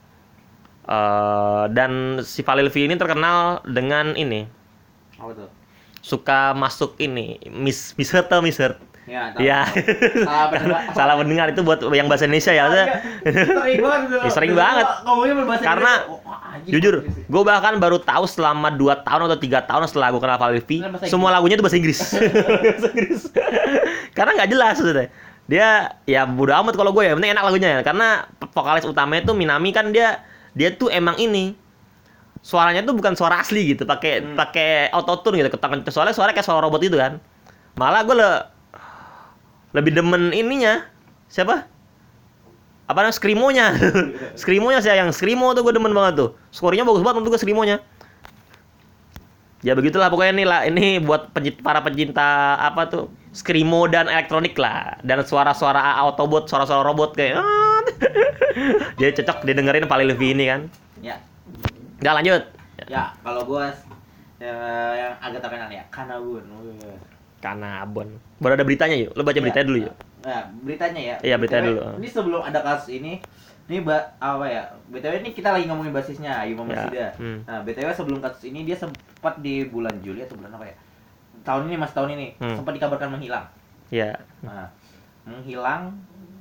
Uh, dan si Valil V ini terkenal dengan ini
Apa tuh?
suka masuk ini mis misheard atau misheard.
Ya, tahu.
Iya.
Salah pendengar.
Salah pendengar itu buat yang bahasa Indonesia ya. Maksudnya,
Sering banget.
Ya, sering banget.
Ngomongnya berbahasa
Karena,
Indonesia. Wah, anjing,
jujur,
bahasa Inggris.
gue bahkan baru tahu selama dua tahun atau tiga tahun setelah gue kenal Valil V,
Bener, bahasa
semua
Inggris.
lagunya itu bahasa Inggris. Bahasa Inggris. Karena nggak jelas maksudnya. Dia ya bodo amat kalau gue ya, penting enak lagunya ya. Karena vokalis utamanya itu Minami kan dia dia tuh emang ini suaranya tuh bukan suara asli gitu, pakai
Hmm.
pakai autotune gitu, ketangan soalnya suara kayak suara robot itu kan. Malah gue le, lebih demen ininya. Siapa? Apa namanya? Screamo-nya. Screamo-nya saya yang Screamo tuh gue demen banget tuh. Skornya bagus banget untuk gue Screamo-nya. Ya begitulah pokoknya nih lah. Ini buat pencinta, para pencinta apa tuh? Screamo dan elektronik lah. Dan suara-suara Autobot, suara-suara robot kayak jadi cocok didengerin paling lebih ini kan.
Ya.
Udah lanjut.
Ya, kalau gua ya, yang agak terkenal ya, Kanabun. Wah.
Kanabon. Baru ada beritanya yuk. Lo baca
Ya,
beritanya dulu yuk.
Nah, beritanya ya.
Iya, beritanya
B T W,
dulu.
Ini sebelum ada kasus ini, ini ba- apa ya? B T W ini kita lagi ngomongin basisnya Ayuma
Ya,
Masida.
hmm.
Nah, B T W sebelum kasus ini dia sempat di bulan Juli atau bulan apa ya? Tahun ini, Mas, tahun ini
Hmm.
sempat dikabarkan menghilang.
Ya.
Nah, menghilang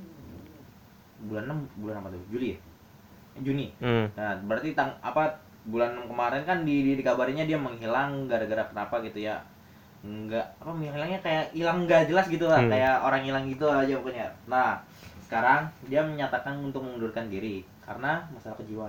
bulan enam, bulan apa tuh? Juli ya? Eh, Juni.
Hmm.
Nah, berarti tang apa bulan enam kemarin kan di, di dikabarinya dia menghilang gara-gara kenapa gitu ya. Enggak, apa menghilangnya kayak hilang enggak jelas gitu lah,
Hmm.
kayak orang hilang gitu aja pokoknya. Nah, sekarang dia menyatakan untuk mengundurkan diri karena masalah kejiwaan.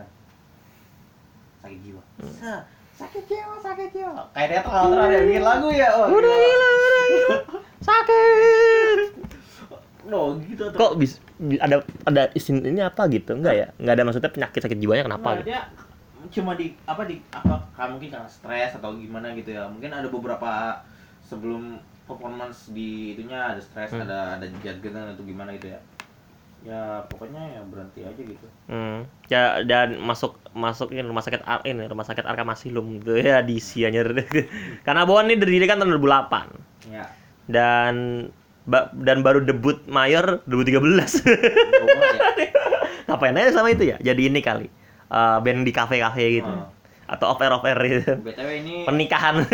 Sakit jiwa. Sa- sakit jiwa, sakit jiwa. Kayak dia tuh kalau ada bikin lagu ya. Oh,
Udah
gila.
gila, udah gila. Sakit.
No, gitu tuh.
Kok bis, bi- ada ada isin ini apa gitu? Enggak ya? Enggak ada maksudnya penyakit sakit jiwanya kenapa
Nah,
gitu?
dia cuma di apa di apa kan mungkin karena stres atau gimana gitu ya. Mungkin ada beberapa sebelum performance di itunya ada stres,
Hmm.
ada ada jagetan atau gimana gitu ya. Ya pokoknya ya berhenti aja gitu.
Hmm. Ya dan masuk masukin rumah sakit Ar ini rumah sakit Arkam Asilum gitu ya di Sianya. Karena Bon ini didirikan tahun dua ribu delapan.
Ya.
Dan ba- dan baru debut Mayor dua ribu tiga belas.
Jauh banget ya.
Ngapain aja sama itu ya? Jadi ini kali. Eh, band di kafe-kafe gitu.
Oh.
Atau off-air-off-air gitu.
B T W ini
Pernikahan.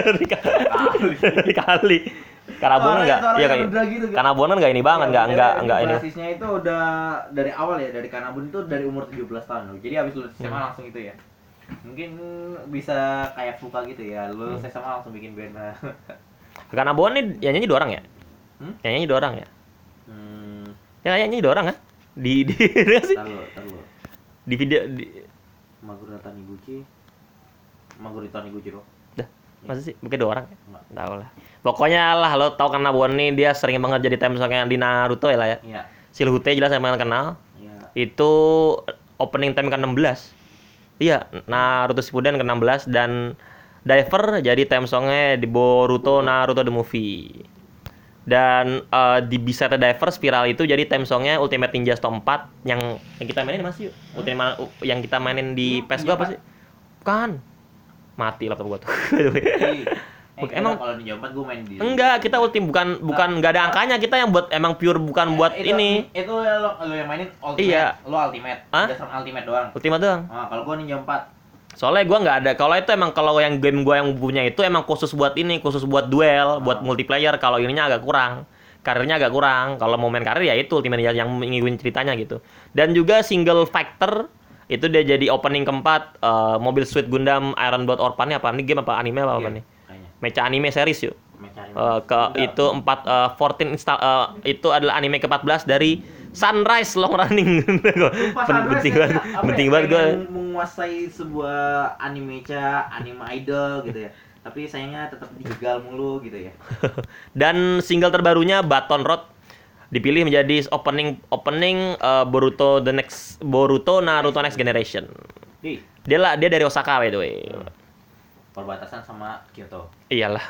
Kali. Karena Bon enggak iya kayak.
gitu,
Karena Bon enggak ini banget, enggak
B T W
enggak enggak ini.
Basisnya itu udah dari awal ya, dari Kanabun itu dari umur tujuh belas tahun loh. Jadi habis lulus S M A
Hmm.
langsung itu ya. Mungkin bisa kayak Fuka gitu ya, lulus
Hmm.
S M A langsung bikin band.
Karena Bon ini yang nyanyi dua orang ya?
Hmm?
Yang nyanyi dua orang ya?
Hmm,
Ya yang nyanyi dua orang kan? Di di di, sih?
tar lo, tar lo.
Di video di
Maguro Taniguchi. Maguro Taniguchi dong.
dah. Masa sih? Mungkin dua orang ya?
Enggak.
Tahu lah. Pokoknya lah lo tau karena Bon ini dia sering banget jadi theme song-nya di Naruto ya lah ya.
Iya.
Silhute jelas yang kalian kenal.
Iya.
Itu opening theme ke enam belas. Iya, Naruto Shippuden ke enam belas dan Diver jadi theme song-nya di Boruto Naruto the Movie. Dan eh, di B-side Diver Spiral itu jadi theme song-nya Ultimate Ninja Storm empat yang yang kita mainin masih yuk. Ultimate yang kita mainin di
Hmm,
P S dua apa
Ninja
sih? Bukan. Mati laptop gua tuh.
Eh,
Oke,
emang
emang-
kalau di Jompat gue main di
Enggak, kita ultim bukan bukan enggak ada angkanya, kita yang buat emang pure bukan buat
itu,
ini.
Itu lo, lo yang mainin ultimate.
Iya.
Lo ultimate.
Hah?
Dasar ultimate doang.
Ultima doang.
Ah, kalau gue Ninja empat.
Soalnya gua nggak ada. Kalau itu emang kalau yang game gua yang punya itu emang khusus buat ini, khusus buat duel, buat
Ah.
multiplayer. Kalau ininya agak kurang. Karirnya agak kurang. Kalau mau main karir ya itu Ultimate Ninja yang ngikutin ceritanya gitu. Dan juga single factor itu dia jadi opening keempat eh, Mobile Suit Gundam Iron Blood Orphan apa ini game apa anime apa, apa
Iya,
nih?
kayaknya.
Mecha anime series yuk.
Mencari
Eh, ke itu empat eh, empat belas install eh, itu adalah anime ke empat belas dari Sunrise Long Running.
Sumpah,
Ben-
Sunrise
penting
ya,
banget,
apa
penting
ya,
banget gue.
pengen menguasai sebuah animecha, anime idol gitu ya. Tapi sayangnya tetap dijegal mulu gitu ya.
Dan single terbarunya Baton Road dipilih menjadi opening opening eh, Boruto the next Boruto Naruto Next Generation.
Di
Dia lah dia dari Osaka by the way.
perbatasan sama Kyoto.
Iyalah.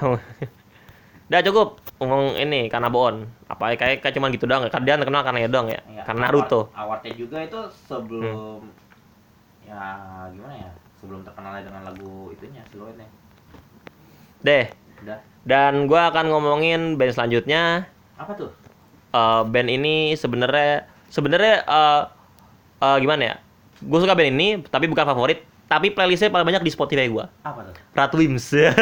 Udah cukup ngomong ini karena Bon. Apa kayak kayak cuman gitu doang. Kan dia terkenal karena ya doang ya.
Iya,
Karena Naruto.
award- Awardnya juga itu sebelum ya gimana ya? Sebelum terkenalnya dengan lagu itunya, siluetnya.
Deh.
Udah.
Dan gua akan ngomongin band selanjutnya.
Apa tuh?
Eh, band ini sebenarnya sebenarnya eh eh, gimana ya? Gue suka band ini tapi bukan favorit. Tapi playlistnya paling banyak di Spotify gua.
Apa tuh?
Ratwims.
Wih.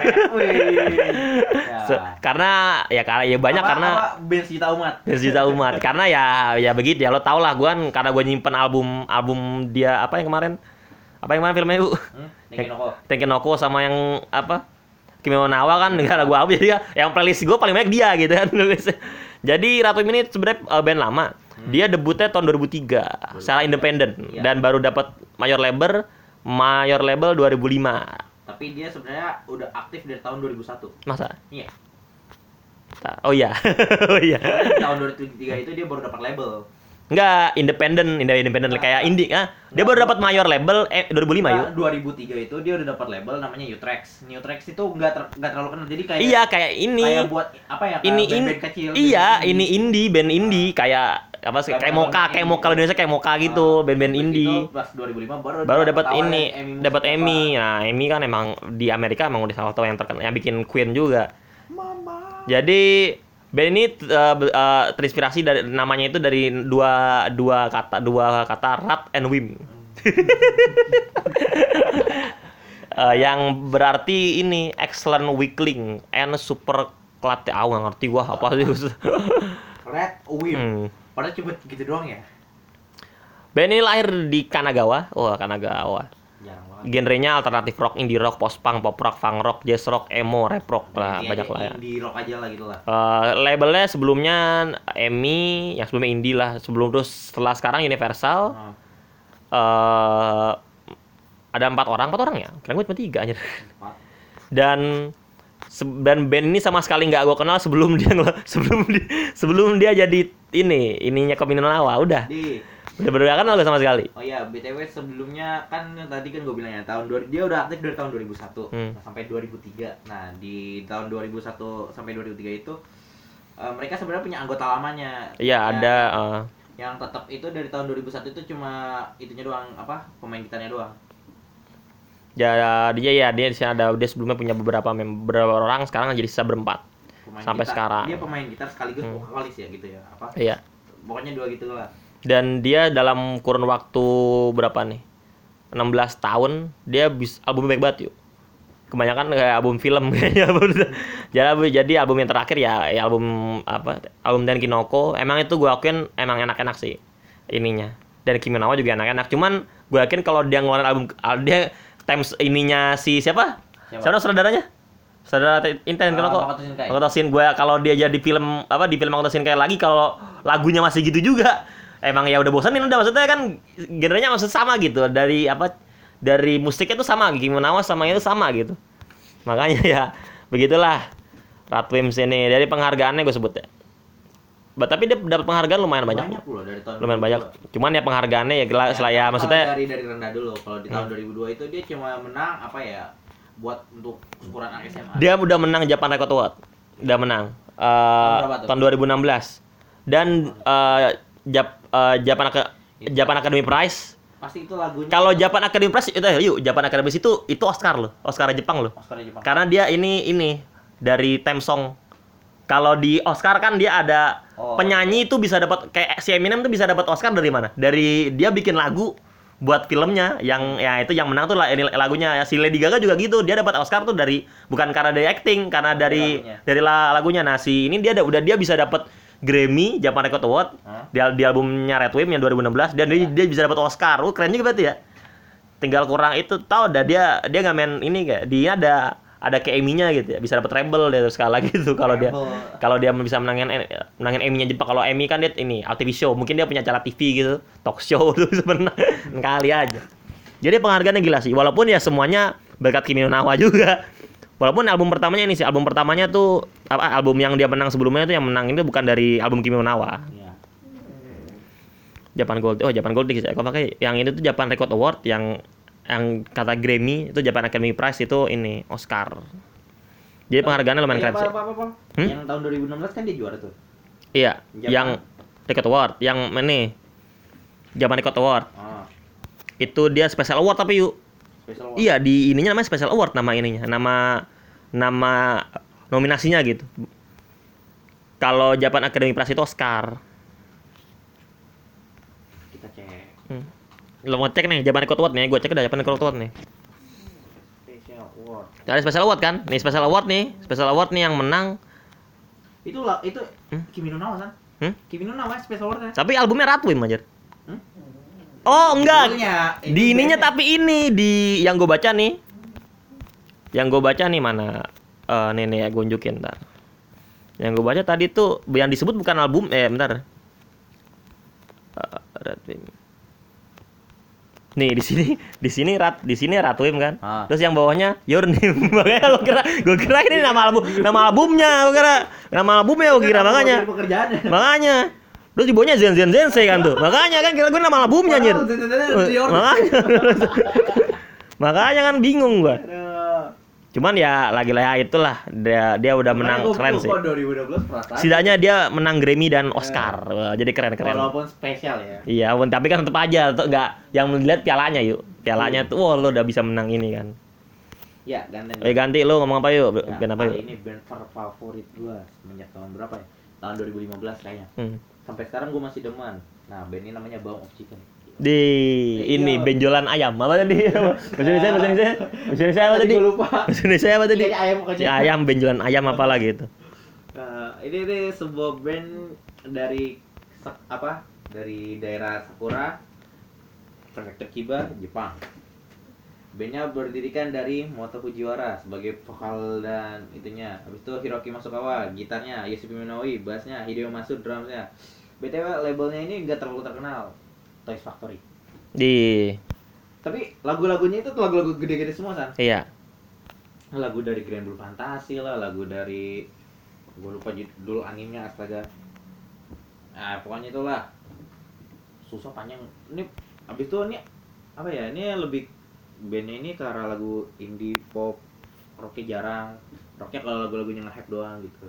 Ya.
Se- karena ya karena ya banyak
Apa-
karena
apa band sejuta umat.
sejuta umat. Karena ya ya begitu ya lo tau lah gua kan karena gua nyimpen album album dia apa yang kemarin apa yang kemarin filmnya Bu?
Hmm? Tenkinoko.
Tenkinoko sama yang apa? Kimi no Na wa kan enggak lagu album jadi ya, yang playlist gua paling banyak dia gitu kan. Jadi Ratu ini sebenarnya uh, band lama. Dia debutnya tahun dua ribu tiga secara independen
Iya.
dan baru dapat major label Major label dua ribu lima.
Tapi dia sebenarnya udah aktif dari tahun dua ribu satu.
Masa?
Iya.
Oh iya. Oh iya.
Soalnya di tahun dua ribu tiga itu dia baru dapat label.
Enggak, independen, independen kayak indie ah. Dia baru dapat major label eh dua ribu lima yuk.
dua ribu tiga itu dia udah dapat label namanya Utrex. Utrex itu enggak ter, enggak terlalu kenal. Jadi kayak
Iya, kayak ini.
Kayak buat apa ya?
Ini
band-band
in,
kecil.
Iya,
band
ini indie, band indie kayak apa sih? Kayak Moka, kayak Moka Indonesia kayak Moka gitu, band-band indie.
Itu pas dua ribu lima baru
Baru dapat
tawaran
ini,
Emmy Music
dapat
apa.
Emmy. Nah, Emmy kan emang di Amerika emang udah salah satu yang terkenal, yang bikin Queen juga.
Mama.
Jadi band ini uh, uh, terinspirasi dari namanya itu dari dua dua kata dua kata rat and wim. uh, yang berarti ini excellent weakling and super klate. Ah, nggak ngerti gua apa sih.
Red Wim.
Hmm.
Padahal cuma gitu doang ya.
Band ini lahir di Kanagawa. Wah, Kanagawa.
Jarang banget.
Genrenya alternatif rock, indie rock, post punk, pop rock, funk rock, jazz rock, emo, rap rock lah,
Intinya
banyak lah ya.
Indie rock aja lah gitu lah.
Uh, labelnya sebelumnya Emmy, yang sebelumnya indie lah, sebelum terus setelah sekarang Universal.
Oh.
Uh, ada empat orang, empat orang ya? Kira gue cuma tiga aja.
Empat.
Dan se- dan band ini sama sekali nggak gue kenal sebelum dia ngel- sebelum dia sebelum dia jadi ini ininya Kimi no Na wa udah
Di
udah bener kenal gue sama sekali.
Oh iya, B T W sebelumnya kan tadi kan gue bilang ya tahun dua dia udah aktif dari tahun dua ribu satu
Hmm.
nah, sampai dua ribu tiga. Nah, di tahun dua ribu satu sampai dua ribu tiga itu eh, mereka sebenarnya punya anggota lamanya.
Iya
Yang-
ada uh,
yang tetap itu dari tahun dua ribu satu itu cuma itunya doang apa? Pemain gitarnya doang.
ya dia ya dia di sini ada dia sebelumnya punya beberapa mem- beberapa orang sekarang jadi sisa berempat
Pemain
sampai
gitar.
sekarang.
Dia pemain gitar sekaligus
Hmm.
vokalis ya gitu ya. Apa?
Iya.
Pokoknya dua gitu lah.
Dan dia dalam kurun waktu berapa nih? enam belas tahun dia bis albumnya baik banget yuk. Kebanyakan kayak album film kayaknya. jadi jadi album yang terakhir ya, ya album apa? Album Dan Kinoko. Emang itu gue akuin emang enak-enak sih ininya. Dan Kimi no Na wa juga enak-enak. Cuman gue yakin kalau dia ngeluarin album dia times ininya si siapa?
Siapa?
Siapa saudaranya? Saudara Inten
Ah,
kok.
Makoto Shinkai.
Makoto Shin gue kalau dia jadi film apa di film Makoto Shinkai lagi kalau lagunya masih gitu juga. Emang ya udah bosanin udah maksudnya kan genrenya maksud sama gitu dari apa dari musiknya tuh sama Kimi no Na wa sama itu sama gitu makanya ya begitulah Ratwims ini dari penghargaannya gue sebut ya. Ba- tapi dia dapat penghargaan lumayan banyak,
Banyak pula dari tahun
lumayan
dua ribu dua.
banyak cuman ya penghargaannya ya gila setelah ya
kalau
maksudnya
dari dari rendah dulu. Kalau di tahun
Hmm.
dua ribu dua itu dia cuma menang apa ya? Buat untuk ukuran anak S M A.
dia udah menang Japan Record Award udah menang Eh,
Tahun berapa tuh?
tahun dua ribu enam belas dan eh, Jap, eh, Japan Ac- Japan Academy Prize.
Pasti itu lagunya.
Kalau Japan Academy Prize itu yuk Japan Academy Prize itu itu Oscar loh, Oscar Jepang loh.
Oscar Jepang.
Karena dia ini ini dari theme song. Kalau di Oscar kan dia ada
Oh.
penyanyi itu bisa dapat kayak si Eminem tuh bisa dapat Oscar dari mana? Dari dia bikin lagu buat filmnya yang ya itu yang menang tuh lah ini lagunya ya si Lady Gaga juga gitu. Dia dapat Oscar tuh dari bukan karena dari acting, karena dari
lagunya.
dari la- lagunya. Nah, si ini dia ada udah dia bisa dapat Grammy Japan Record Award
Hah?
di, al- di albumnya Red Wim yang dua ribu enam belas dan dia, dia bisa dapat Oscar. Oh, keren juga berarti ya. Tinggal kurang itu tahu dah dia dia nggak main ini kayak dia ada ada kayak Emmy-nya gitu ya, bisa dapat Rebel dia terus skala gitu kalau dia
Rebel.
kalau dia bisa menangin menangin Emmy-nya Jepang. Kalau Emmy kan dia ini T V show, mungkin dia punya acara T V gitu, talk show tuh sebenarnya kali aja. Jadi penghargaannya gila sih, walaupun ya semuanya berkat Kimi no Na wa juga. Walaupun album pertamanya ini sih, album pertamanya tuh apa album yang dia menang sebelumnya itu yang menang ini bukan dari album Kimi no Na wa.
Iya.
Japan Gold. Oh, Japan Gold ya. Kok pakai yang ini tuh Japan Record Award yang yang kata Grammy itu Japan Academy Prize itu ini Oscar. Jadi penghargaannya lumayan keren
Iya,
sih.
apa, apa, apa.
Hmm?
Yang tahun dua ribu enam belas kan dia juara tuh.
Iya,
Japan.
yang Record Award, yang ini Japan Record Award.
Ah,
Itu dia special award tapi yuk.
special award.
Iya, di ininya namanya special award nama ininya, nama nama nominasinya gitu. Kalau Japan Academy Prize itu Oscar.
Kita cek.
Hmm. Lo mau cek nih Japan Record Award nih, gue cek udah Japan Record Award nih.
Special award.
Ada special award kan? Nih special award nih, special award nih yang menang.
Itu lah itu
Hmm?
Kimi no Na wa kan?
Hmm?
Kimi no Na wa special award kan?
Tapi albumnya Ratwim aja.
Hmm?
Oh enggak,
Judulnya, itu
di ininya
bandnya.
tapi ini di yang gue baca nih, yang gue baca nih mana? Eh nih nih ya gue unjukin ntar. Yang gue baca tadi tuh yang disebut bukan album, eh bentar. Uh, Red Wing. Nih di sini, di sini rat, di sini Ratwim kan.
Ah.
Terus yang bawahnya Your Name. Makanya lo kira, gue kira ini nama album, nama albumnya, gue kira nama albumnya gue kira makanya.
Pekerjaannya.
Makanya. Terus di bawahnya Zen Zen Zen kan tuh. Makanya kan kira gue nama albumnya anjir. Makanya. Makanya kan bingung gua. Cuman ya lagi-lagi itulah dia dia udah menang keren sih.
dua ribu dua belas perasaan.
Setidaknya dia menang Grammy dan Oscar. Wah, jadi keren-keren.
Walaupun spesial ya.
Iya, pun tapi kan tetap aja tuh enggak yang dilihat pialanya yuk. Pialanya tuh wah lo udah bisa menang ini kan.
Ya, ganti.
Eh ganti lo ngomong apa yuk?
Ya,
Band apa yuk?
Ini band favorit gua semenjak tahun berapa ya? Tahun dua ribu lima belas kayaknya.
Hmm.
Sampai sekarang gua masih demen. Nah, band ini namanya Bone of Chicken.
Di ini benjolan ayam apa tadi? Bahasa Indonesia, bahasa Indonesia. Bahasa Indonesia apa tadi?
Gua lupa.
Bahasa Indonesia apa tadi?
Ayam
Si ayam benjolan ayam apa lagi itu?
Uh, ini nih sebuah band dari apa? Dari daerah Sakura, Prefektur Chiba, Jepang. Bandnya berdirikan dari Moto Fujiwara sebagai vokal dan itunya. Habis itu Hiroki Masukawa, gitarnya, Yoshimi Minoue, bassnya, Hideo Masu, drumsnya. B T W labelnya ini enggak terlalu terkenal, Toys Factory.
Di
Tapi lagu-lagunya itu tuh lagu-lagu gede-gede semua kan?
iya.
Lagu dari Grand Blue Fantasy lah, lagu dari gue lupa judul animenya astaga. Nah, pokoknya itulah. Susah panjang. Ini abis itu ini apa ya? Ini lebih bandnya ini ke arah lagu indie pop, rocknya jarang. Rocknya kalau lagu-lagunya nge-hype doang gitu.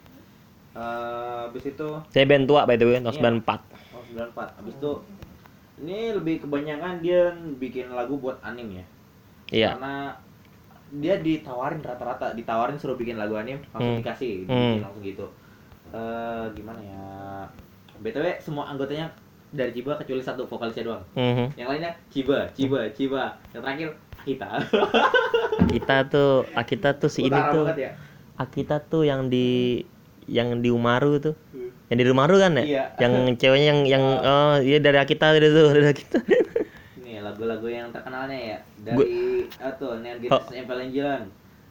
Uh, abis itu
Saya band tua by the way, tahun
iya.
sembilan puluh empat.
Oh, sembilan puluh empat. Abis itu ini lebih kebanyakan dia bikin lagu buat anime ya.
Iya.
Karena dia ditawarin rata-rata, ditawarin suruh bikin lagu anime, langsung
Hmm.
dikasih,
Hmm.
dibikin langsung gitu. Eh gimana ya? B T W semua anggotanya dari Chiba kecuali satu vokalisnya doang.
Mhm.
Yang lainnya Chiba, Chiba, Chiba. Yang terakhir Akita.
Akita tuh, Akita tuh si ini
Utara
tuh.
banget ya.
Akita tuh yang di yang di Umaru tuh. Yang di Umaru kan ya?
Iya.
Yang ceweknya yang yang oh iya dari Akita dari tuh, dari Akita.
Nih lagu-lagu yang terkenalnya ya dari atau Neon Genesis Evangelion.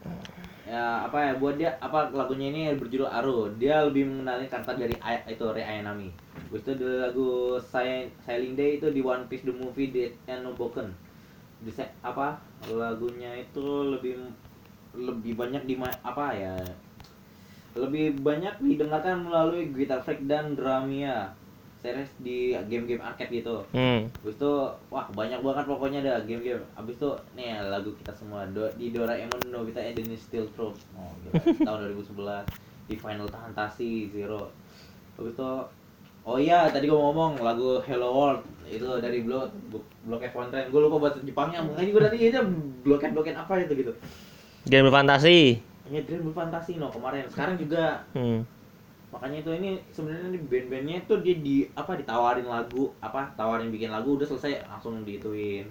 Ya apa ya buat dia apa lagunya ini berjudul Aru. Dia lebih mengenalin kata dari Ay, itu Rei Ayanami. Terus itu di lagu Sailing Day itu di One Piece the Movie Dead and Unbroken. Di apa lagunya itu lebih lebih banyak di apa ya? Lebih banyak didengarkan melalui Guitar Freak dan Dramia series di game-game arcade gitu.
Hmm.
Habis itu wah banyak banget pokoknya ada game-game. Habis itu nih lagu kita semua Do, di Doraemon Nobita and the Steel Troops. Oh, gila. Tahun dua ribu sebelas di Final Fantasy Zero. Habis itu oh iya tadi gua ngomong lagu Hello World itu dari Block Blockhead Fontaine. Gua lupa bahasa Jepangnya. Makanya gua tadi aja Blockhead Blockhead apa itu gitu.
Game Fantasi.
Ya Dream Fantasy no kemarin. Sekarang juga
Hmm.
makanya itu ini sebenarnya di band-bandnya itu dia di apa ditawarin lagu apa tawarin bikin lagu udah selesai langsung diituin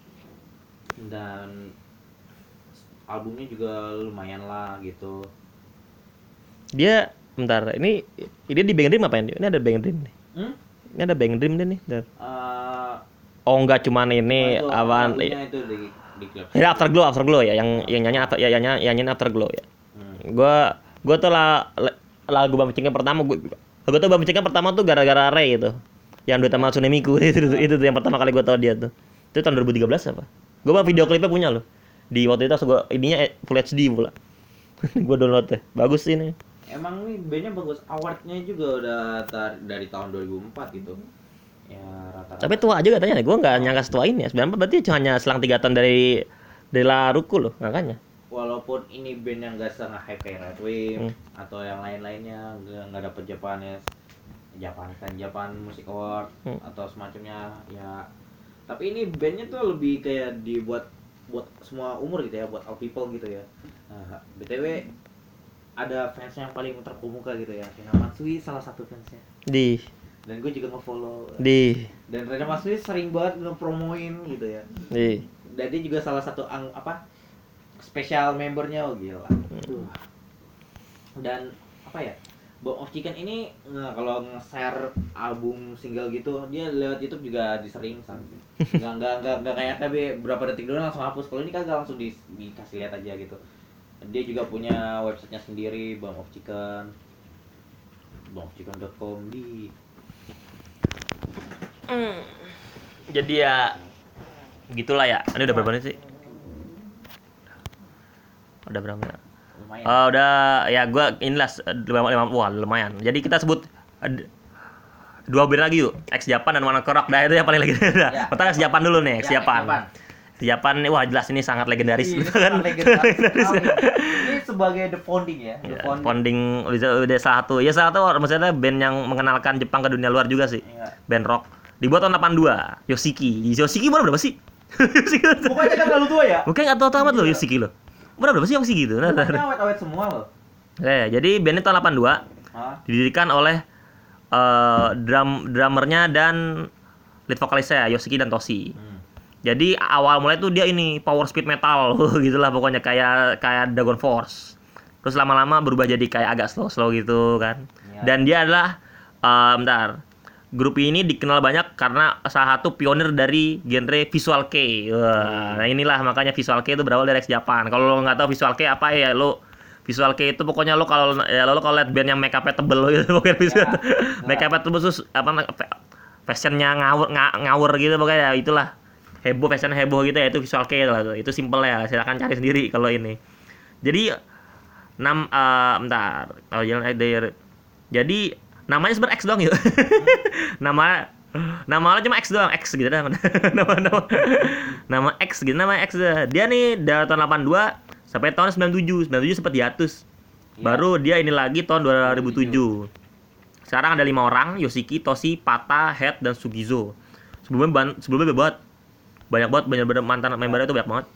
dan albumnya juga lumayan lah gitu.
Dia bentar, ini ini di Bang Dream apa ini? Ini ada Bang Dream nih.
Hmm?
Ini ada Bang Dream deh nih. Bentar.
Uh,
Oh enggak cuman ini
itu,
apaan?
lagunya itu di di klub.
Ini Afterglow, Afterglow ya, yang yang nyanyi after, ya yang nyanyi, yang nyanyi Afterglow ya.
Hmm.
Gua gua tuh la, la, lagu Bang Cingnya pertama gua gua tuh Bang Cingnya pertama tuh gara-gara Ray itu. Yang duet sama Tsunemiku itu, itu, itu tuh yang pertama kali gua tahu dia tuh. Itu tahun dua ribu tiga belas apa? Gua mah video klipnya punya loh. Di waktu itu gua ininya full H D pula. Gua download deh. Bagus sih ini.
Emang nih bandnya bagus, awardnya juga udah tar, dari tahun dua ribu empat gitu. Ya rata-rata.
Tapi tua aja katanya nih. Gua enggak nyangka setua ini ya. Sebenarnya berarti cuma hanya selang tiga tahun dari dari Laruku loh, makanya.
Walaupun ini band yang gak sangat hype kayak Red Wimp
Hmm.
atau yang lain-lainnya nggak nggak dapet Japanese Japan kan Japan Music Award
Hmm.
atau semacamnya ya tapi ini bandnya tuh lebih kayak dibuat buat semua umur gitu ya buat all people gitu ya. Nah, B T W ada fans yang paling terkemuka gitu ya Rina Matsui salah satu fansnya
Di
dan gue juga nge-follow
di
dan Rina Matsui sering banget nge-promoin gitu ya
di
dan dia juga salah satu ang, apa spesial membernya oh gila. Aduh. Dan apa ya? Bone of Chicken ini nge, kalau nge-share album single gitu dia lewat YouTube juga disering san. Enggak enggak enggak enggak kayak tapi berapa detik doang langsung hapus. Kalau ini kagak langsung di, dikasih lihat aja gitu. Dia juga punya websitenya sendiri Bone of Chicken. bone of chicken dot com di
Hmm. Jadi ya Gitulah ya. Ini udah berapa menit sih? Udah berapa menit?
Lumayan.
Oh, udah ya gua inilah lima, lima, wah lumayan. Jadi kita sebut ad- dua band lagi yuk, X Japan dan One Ok Rock. Nah, itu yang paling legendaris.
Ya.
Pertama X Japan dulu nih, X
Ya,
Japan.
X Japan.
X Japan nih wah jelas ini sangat legendaris
Ini
gitu kan.
sangat legendaris. Ini sebagai the founding ya, the
Ya,
founding.
founding udah, udah salah satu. Ya salah satu maksudnya band yang mengenalkan Jepang ke dunia luar juga sih.
Iya.
Band rock. Dibuat tahun delapan puluh dua. Yoshiki. Yoshiki umur berapa sih? Yoshiki.
Pokoknya kan terlalu tua ya.
Mungkin enggak tahu amat lo
Iya.
Yoshiki lo. Umur berapa sih Yoshiki gitu? Nah, nah,
Pokoknya
nah.
awet-awet semua loh.
Eh, jadi bandnya tahun delapan puluh dua
Hah?
didirikan oleh eh, drum drummernya dan lead vokalisnya Yoshiki dan Toshi.
Hmm.
Jadi awal mulai tuh dia ini power speed metal gitulah pokoknya kayak kayak Dragon Force. Terus lama-lama berubah jadi kayak agak slow-slow gitu kan.
Iya.
Dan dia adalah eh, bentar. Grup ini dikenal banyak karena salah satu pionir dari genre visual kei. Wah, nah inilah makanya visual kei itu berawal dari X Japan. Kalau lo nggak tahu visual kei apa ya lo visual kei itu pokoknya lo kalau ya lo kalau lihat band yang make up-nya tebel lo gitu pokoknya visual. Make up-nya tebel terus apa fashionnya ngawur nga- ngawur gitu pokoknya ya itulah. Heboh fashion heboh gitu ya itu visual kei lah tuh. Itu simple ya silakan cari sendiri kalau ini. Jadi enam eh bentar. Oh jalan dari jadi namanya sebenarnya X doang yuk. nama nama awalnya cuma X doang, X gitu dah. nama nama nama X gitu nama X dah. Dia nih dari tahun delapan puluh dua sampai tahun sembilan puluh tujuh. sembilan puluh tujuh sempat hiatus.
Iya.
Baru dia ini lagi tahun dua ribu tujuh. Sekarang ada lima orang, Yoshiki, Toshi, Pata, Head dan Sugizo. Sebelumnya ban- sebelumnya banyak banget. Banyak banget bener-bener mantan membernya itu banyak banget.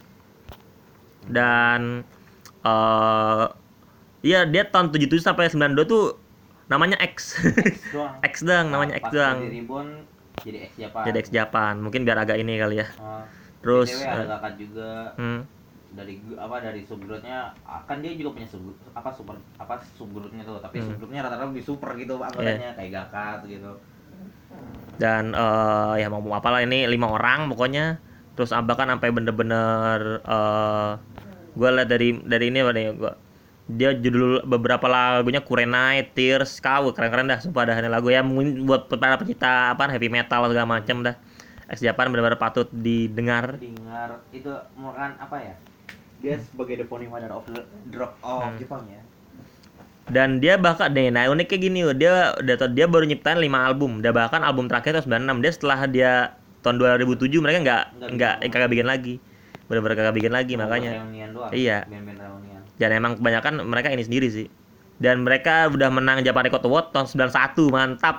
Dan eh iya dia tahun tujuh puluh tujuh sampai sembilan puluh dua tuh namanya X.
X doang.
X doang namanya X
Pas
doang.
Jadi Ribbon jadi X Japan.
Jadi X Japan. Mungkin biar agak ini kali ya.
Ah,
Terus,
B T W ada
eh,
kakak juga
Hmm.
dari gu- apa dari subgroupnya kan dia juga punya sub apa super apa subgroupnya tuh tapi
Hmm.
subgroupnya rata-rata lebih super gitu anggotanya kayak Gakat gitu.
Dan eh ya mau mau apalah ini lima orang pokoknya. Terus Abah kan sampai bener-bener eh gue liat dari dari ini apa nih gua dia judul beberapa lagunya Kurenai, Tears, kau keren-keren dah sumpah dah ini lagu ya mungkin buat para pecinta apa heavy metal segala macam dah. X Japan benar-benar patut didengar.
Dengar itu merupakan apa ya? Dia sebagai the founding father of the rock of
Hmm.
Jepang ya.
Dan dia bahkan deh, nah uniknya gini, dia dia dia baru nyiptain lima album. Dia bahkan album terakhir tahun sembilan puluh enam. Dia setelah dia tahun dua ribu tujuh mereka nggak
Nggak
nggak
bikin
eh, kagak bikin lagi. Benar-benar kagak bikin lagi makanya.
Reunian doang.
Iya.
Band-band reunian.
Dan emang kebanyakan mereka ini sendiri sih. Dan mereka udah menang Japan Record Award tahun sembilan puluh satu, mantap.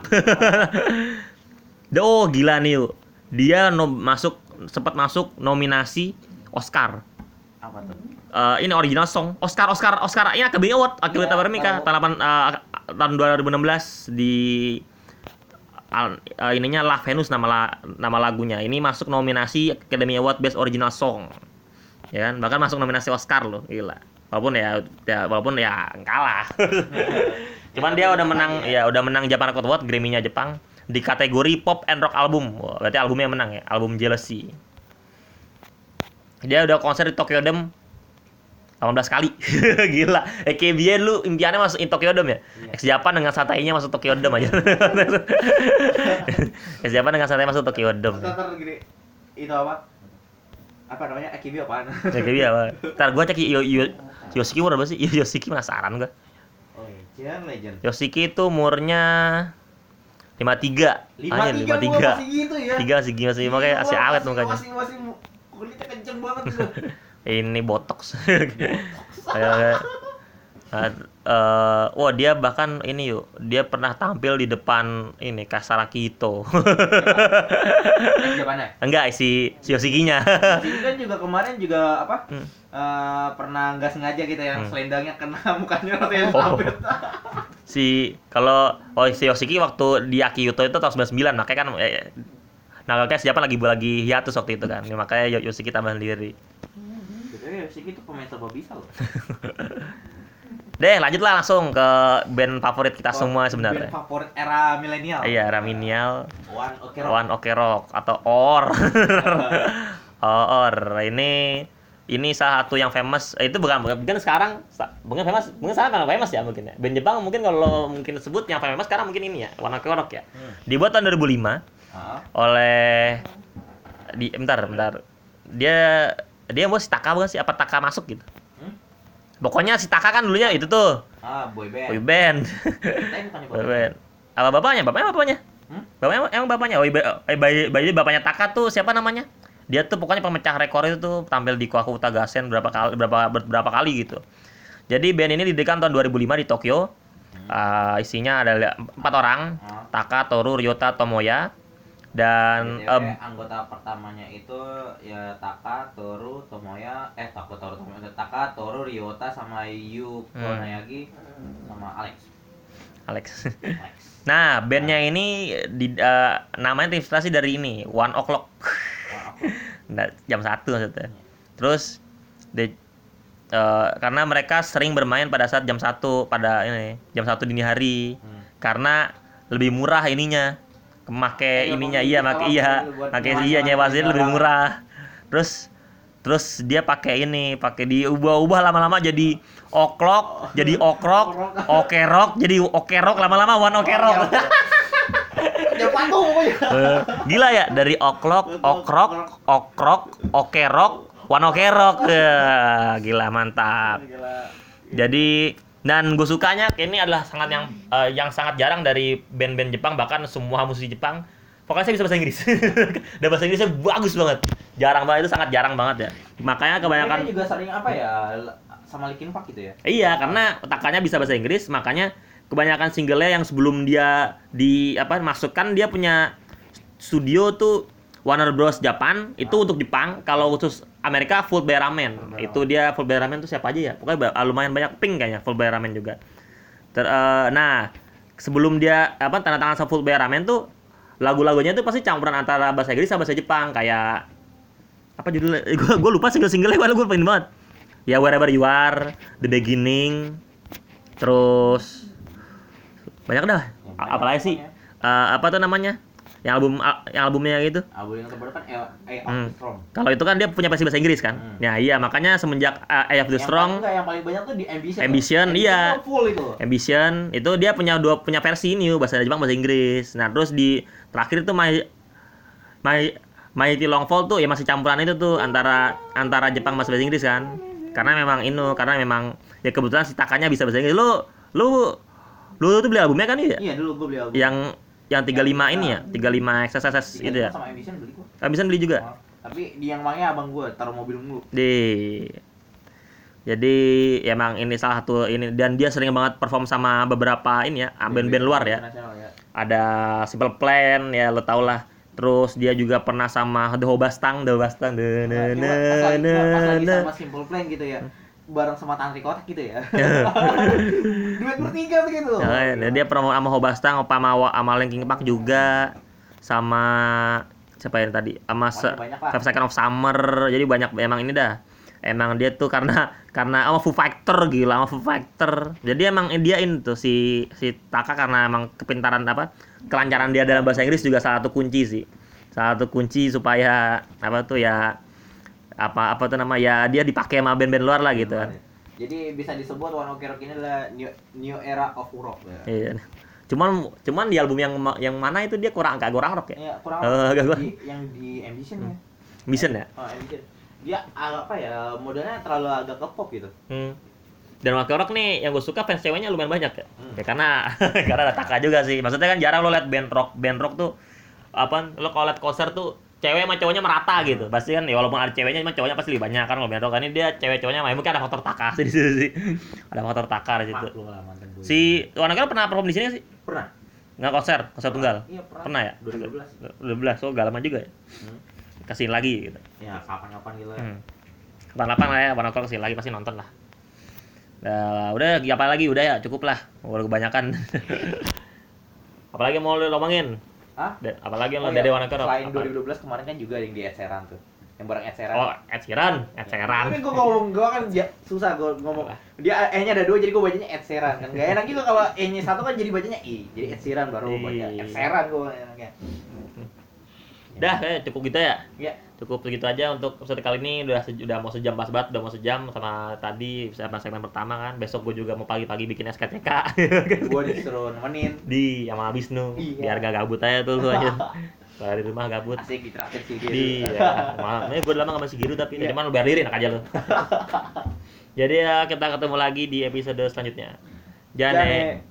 Oh gila nih yuk. Dia no, masuk sempat masuk nominasi Oscar.
Apa tuh?
Eh, ini original song Oscar Oscar Oscar ini Academy Award Academy
Iya,
Award Mika
tahu.
tahun delapan, eh, tahun dua ribu enam belas di al- eh, ininya La Venus nama la- nama lagunya. Ini masuk nominasi Academy Award Best Original Song. Ya kan? Bahkan masuk nominasi Oscar loh, gila. Walaupun ya, ya walaupun ya kalah. Cuman dia udah menang ya udah menang Japan Record Award Grammy-nya Jepang di kategori Pop and Rock Album. Wah, berarti albumnya yang menang ya, album Jealousy. Dia udah konser di Tokyo Dome delapan belas kali. Gila. Eh kayak biar lu impiannya masuk in Tokyo Dome ya.
Iya.
X Japan dengan santainya masuk Tokyo Dome aja. X Japan dengan santai masuk Tokyo Dome.
Ntar gini itu apa? Apa namanya? Akibi apaan?
Ya kayak dia apa? Ntar gua cek Yo, Yo, Yoshiki umur berapa sih? Yo, Yoshiki penasaran gua.
Oh, Legend, Legend.
Yoshiki itu umurnya lima puluh tiga.
lima
Anjir,
tiga
lima puluh tiga.
masih gitu ya.
Tiga masih gini masih makanya masih
Gila,
awet
masih-
mukanya.
Masih masih mu- kulitnya kenceng banget gitu.
Ini botox. Kayak Nah, eh, wah dia bahkan ini yuk, dia pernah tampil di depan ini Kasaraki Ito.
Yang Japannya.
Enggak si si Yoshikinya.
Ini kan juga kemarin juga apa?
Hmm.
eh, pernah nggak sengaja gitu yang
Hmm.
selendangnya kena mukanya rata yang
Oh.
sabit.
Si kalau oh si Yoshiki waktu di Akiyuto itu tahun sembilan puluh sembilan makanya kan eh, nah makanya siapa lagi lagi hiatus waktu itu kan. Makanya Yoshiki tambah sendiri.
Jadi Yoshiki itu pemain serba bisa loh.
Deh, lanjutlah langsung ke band favorit kita semua sebenarnya.
Band favorit era milenial.
Iya, Raminial,
One Ok Rock.
One Ok Rock atau Or. Oh, Or. Ini ini salah satu yang famous. Eh, itu bukan bukan mungkin sekarang sa- mungkin famous, mungkin sekarang kan famous ya mungkin ya. Band Jepang mungkin kalau mungkin sebut yang famous sekarang mungkin ini ya, One Ok Rock ya.
Hmm.
Dibuat tahun dua ribu lima
Ah,
oleh di bentar bentar. dia dia mau si Taka bukan sih apa Taka masuk gitu.
Hmm?
Pokoknya si Taka kan dulunya itu tuh
Ah, boy band.
boy band.
Tapi bukannya
Boy band. Apa bapaknya? Bapaknya apa bapaknya?
Hmm?
Bapaknya emang bapaknya. Oh, iya, eh, bayi bayi bapaknya Taka tuh siapa namanya? Dia tuh pokoknya pemecah rekor itu tuh tampil di Kokuta Gassen berapa kali berapa berapa kali gitu. Jadi band ini didirikan tahun dua ribu lima di Tokyo. Uh, isinya ada empat orang,
Ah.
Taka, Toru, Ryota, Tomoya. Dan
B T W,
um,
anggota pertamanya itu ya Taka, Toru, Tomoya, eh Taka, Toru, Tomoya, Taka, Toru, Ryota sama Yu Konayagi sama Alex.
Alex.
Alex.
Nah, bandnya ini di, uh, namanya terinspirasi dari ini, One O'Clock.
Wah, aku
Nah, jam satu maksudnya. Terus de, uh, karena mereka sering bermain pada saat jam satu pada ini, jam satu dini hari.
Hmm.
Karena lebih murah ininya. Make
Iya,
ininya
pokoknya
iya,
di
make
sekolah
iya,
dulu buat
make
nyewa-
iya nyewa sendiri
nyewa
lebih
orang.
murah. Terus terus dia pakai ini, pakai diubah-ubah lama-lama jadi oklok, jadi okrok, okerok, jadi okerok lama-lama one okerok.
Jangan patung pokoknya.
Eh, Gila ya, dari oklok, okrok, okrok, okerok, one okerok. Ya, gila mantap.
Gila.
Jadi dan gue sukanya ini adalah sangat yang eh, yang sangat jarang dari band-band Jepang, bahkan semua musisi Jepang pokoknya saya bisa bahasa Inggris. Dan bahasa Inggrisnya bagus banget. Jarang banget, itu sangat jarang banget ya. Makanya kebanyakan
Mereka juga sering apa ya sama Linkin Park gitu ya.
iya, karena Takanya bisa bahasa Inggris, makanya kebanyakan singlenya yang sebelum dia di apa masukkan dia punya studio tuh Warner Bros Japan itu untuk Jepang, kalau khusus Amerika Full Bear Ramen. Itu dia Full Bear Ramen tuh siapa aja ya? Pokoknya ba- lumayan banyak, Pink kayaknya Full Bear Ramen juga. Ter, eh, nah, sebelum dia apa tanda tangan sama Full Bear Ramen tuh lagu-lagunya tuh pasti campuran antara bahasa Inggris sama bahasa Jepang, kayak apa judulnya? Gue gue lupa single-singlenya, gue gue pengen banget. Ya Wherever You Are, The Beginning, terus banyak dah.
Banyak
Apalagi sih? Eh, apa tuh namanya? Yang album al- yang albumnya gitu.
Album yang terbaru kan Eye Eye of
Hmm.
the Storm.
Kalau itu kan dia punya versi bahasa Inggris kan.
Hmm.
Ya iya, makanya semenjak uh, Eye of the
Yang
Strong,
paling, enggak, yang paling banyak tuh di Ambition.
Ambition,
tuh.
iya.
Itu full itu.
Ambition itu dia punya dua punya versi new, bahasa Jepang bahasa Inggris. Nah, terus di terakhir itu My My Mighty Long Fall tuh ya masih campuran itu tuh antara antara Jepang sama bahasa Inggris kan. Karena memang ini karena memang ya kebetulan si Takanya bisa bahasa Inggris. Lu lu lu tuh beli albumnya kan ya?
Iya, dulu gua beli album.
Yang yang tiga puluh lima ini ya, tiga puluh lima X S S itu ya.
Sama Ambition beli gua.
Ambition beli juga.
Oh, tapi di yang maknya abang gua taruh mobil mulu.
Di jadi emang ini salah satu ini dan dia sering banget perform sama beberapa ini ya band-band luar ya.
Internasional ya.
Ada Simple Plan ya lo tau lah. Terus dia juga pernah sama The Hobastang, The Hobastang.
Nah,
Na,
cuma
na,
pas lagi,
na,
pas lagi
na.
sama Simple Plan gitu ya. Bareng sama Tantri Kotak gitu ya. Duet bertiga begitu.
Ya, dan dia pernah sama Hobastang, sama sama Linkin Park juga, sama siapa yang tadi, sama se-
Banyak lah.
Five Seconds of Summer. Jadi banyak emang ini dah. Emang dia tuh karena karena sama Foo Fighter gila sama Foo Fighter. Jadi emang dia ini tuh si si Taka karena emang kepintaran apa kelancaran dia dalam bahasa Inggris juga salah satu kunci sih. Salah satu kunci supaya apa tuh ya apa apa tuh nama ya dia dipakai sama band-band luar lah gitu kan.
Jadi bisa disebut One Ok Rock ini adalah new, new era of rock ya.
Iya. Cuman cuman di album yang yang mana itu dia kurang agak kurang rock ya.
Iya, kurang
Eh, agak kurang.
di, yang di Ambition ya.
Mission ya.
Oh, Ambition. Dia agak apa ya, modelnya terlalu agak ke pop gitu.
Hmm. Dan Wake Rock nih yang gue suka fans ceweknya lumayan banyak ya.
Hmm.
Ya karena karena ada Taka juga sih. Maksudnya kan jarang lo liat band rock, band rock tuh apa lo kalau liat konser tuh cewek sama cowoknya merata gitu. Pasti kan ya walaupun ada ceweknya cuma cowoknya pasti lebih banyak kan kalau band rock kan ini dia cewek-cowoknya main mungkin ada faktor Taka sih di situ sih. Ada faktor Taka di situ.
Maklum lah mantan gue.
Si Wake Rock pernah perform di sini nggak sih?
Pernah.
Nggak konser, konser tunggal.
Iya, pernah.
Pernah ya?
dua ribu dua belas.
dua ribu dua belas. So galaman juga ya.
Hmm.
Kasih lagi gitu.
Ya, kapan-kapan gitu ya.
Hmm. Kapan-kapan lah ya, Warna kasih lagi pasti nonton lah. Nah, udah apa lagi udah ya cukup lah. Udah kebanyakan. Apalagi mau lo ngomongin?
Hah?
Da- Apalagi yang
Oh,
lo dari
iya.
Warna Rock?
Selain
Apa?
dua ribu dua belas kemarin kan juga yang di Ed Sheeran tuh. Yang bareng Ed Sheeran.
Oh, Ed Sheeran, Ed Sheeran.
Tapi gue ngomong, gue kan ja- susah gue ngomong. Dia E-nya ada dua, jadi gue bacanya Ed Sheeran kan. Gak enak juga kalau E-nya satu kan jadi bacanya I. Jadi Ed Sheeran baru
I.
baca Ed Sheeran gue enaknya.
Dah, eh, cukup gitu ya.
Ya,
Cukup segitu aja untuk episode kali ini udah se- udah mau sejam pas banget, udah mau sejam sama tadi sama segmen pertama kan. Besok gue juga mau pagi-pagi bikin S K C K
gue disuruh nemenin.
di sama Wisnu
Iya.
biar gak gabut aja tuh lu aja. Kelar di rumah gabut.
Asik ditraktir si Giru.
Iya, malam ini gue lama gak masih Giru tapi
Iya.
cuman lu biar diri enak aja lu. Jadi ya kita ketemu lagi di episode selanjutnya. Jane.
Jane.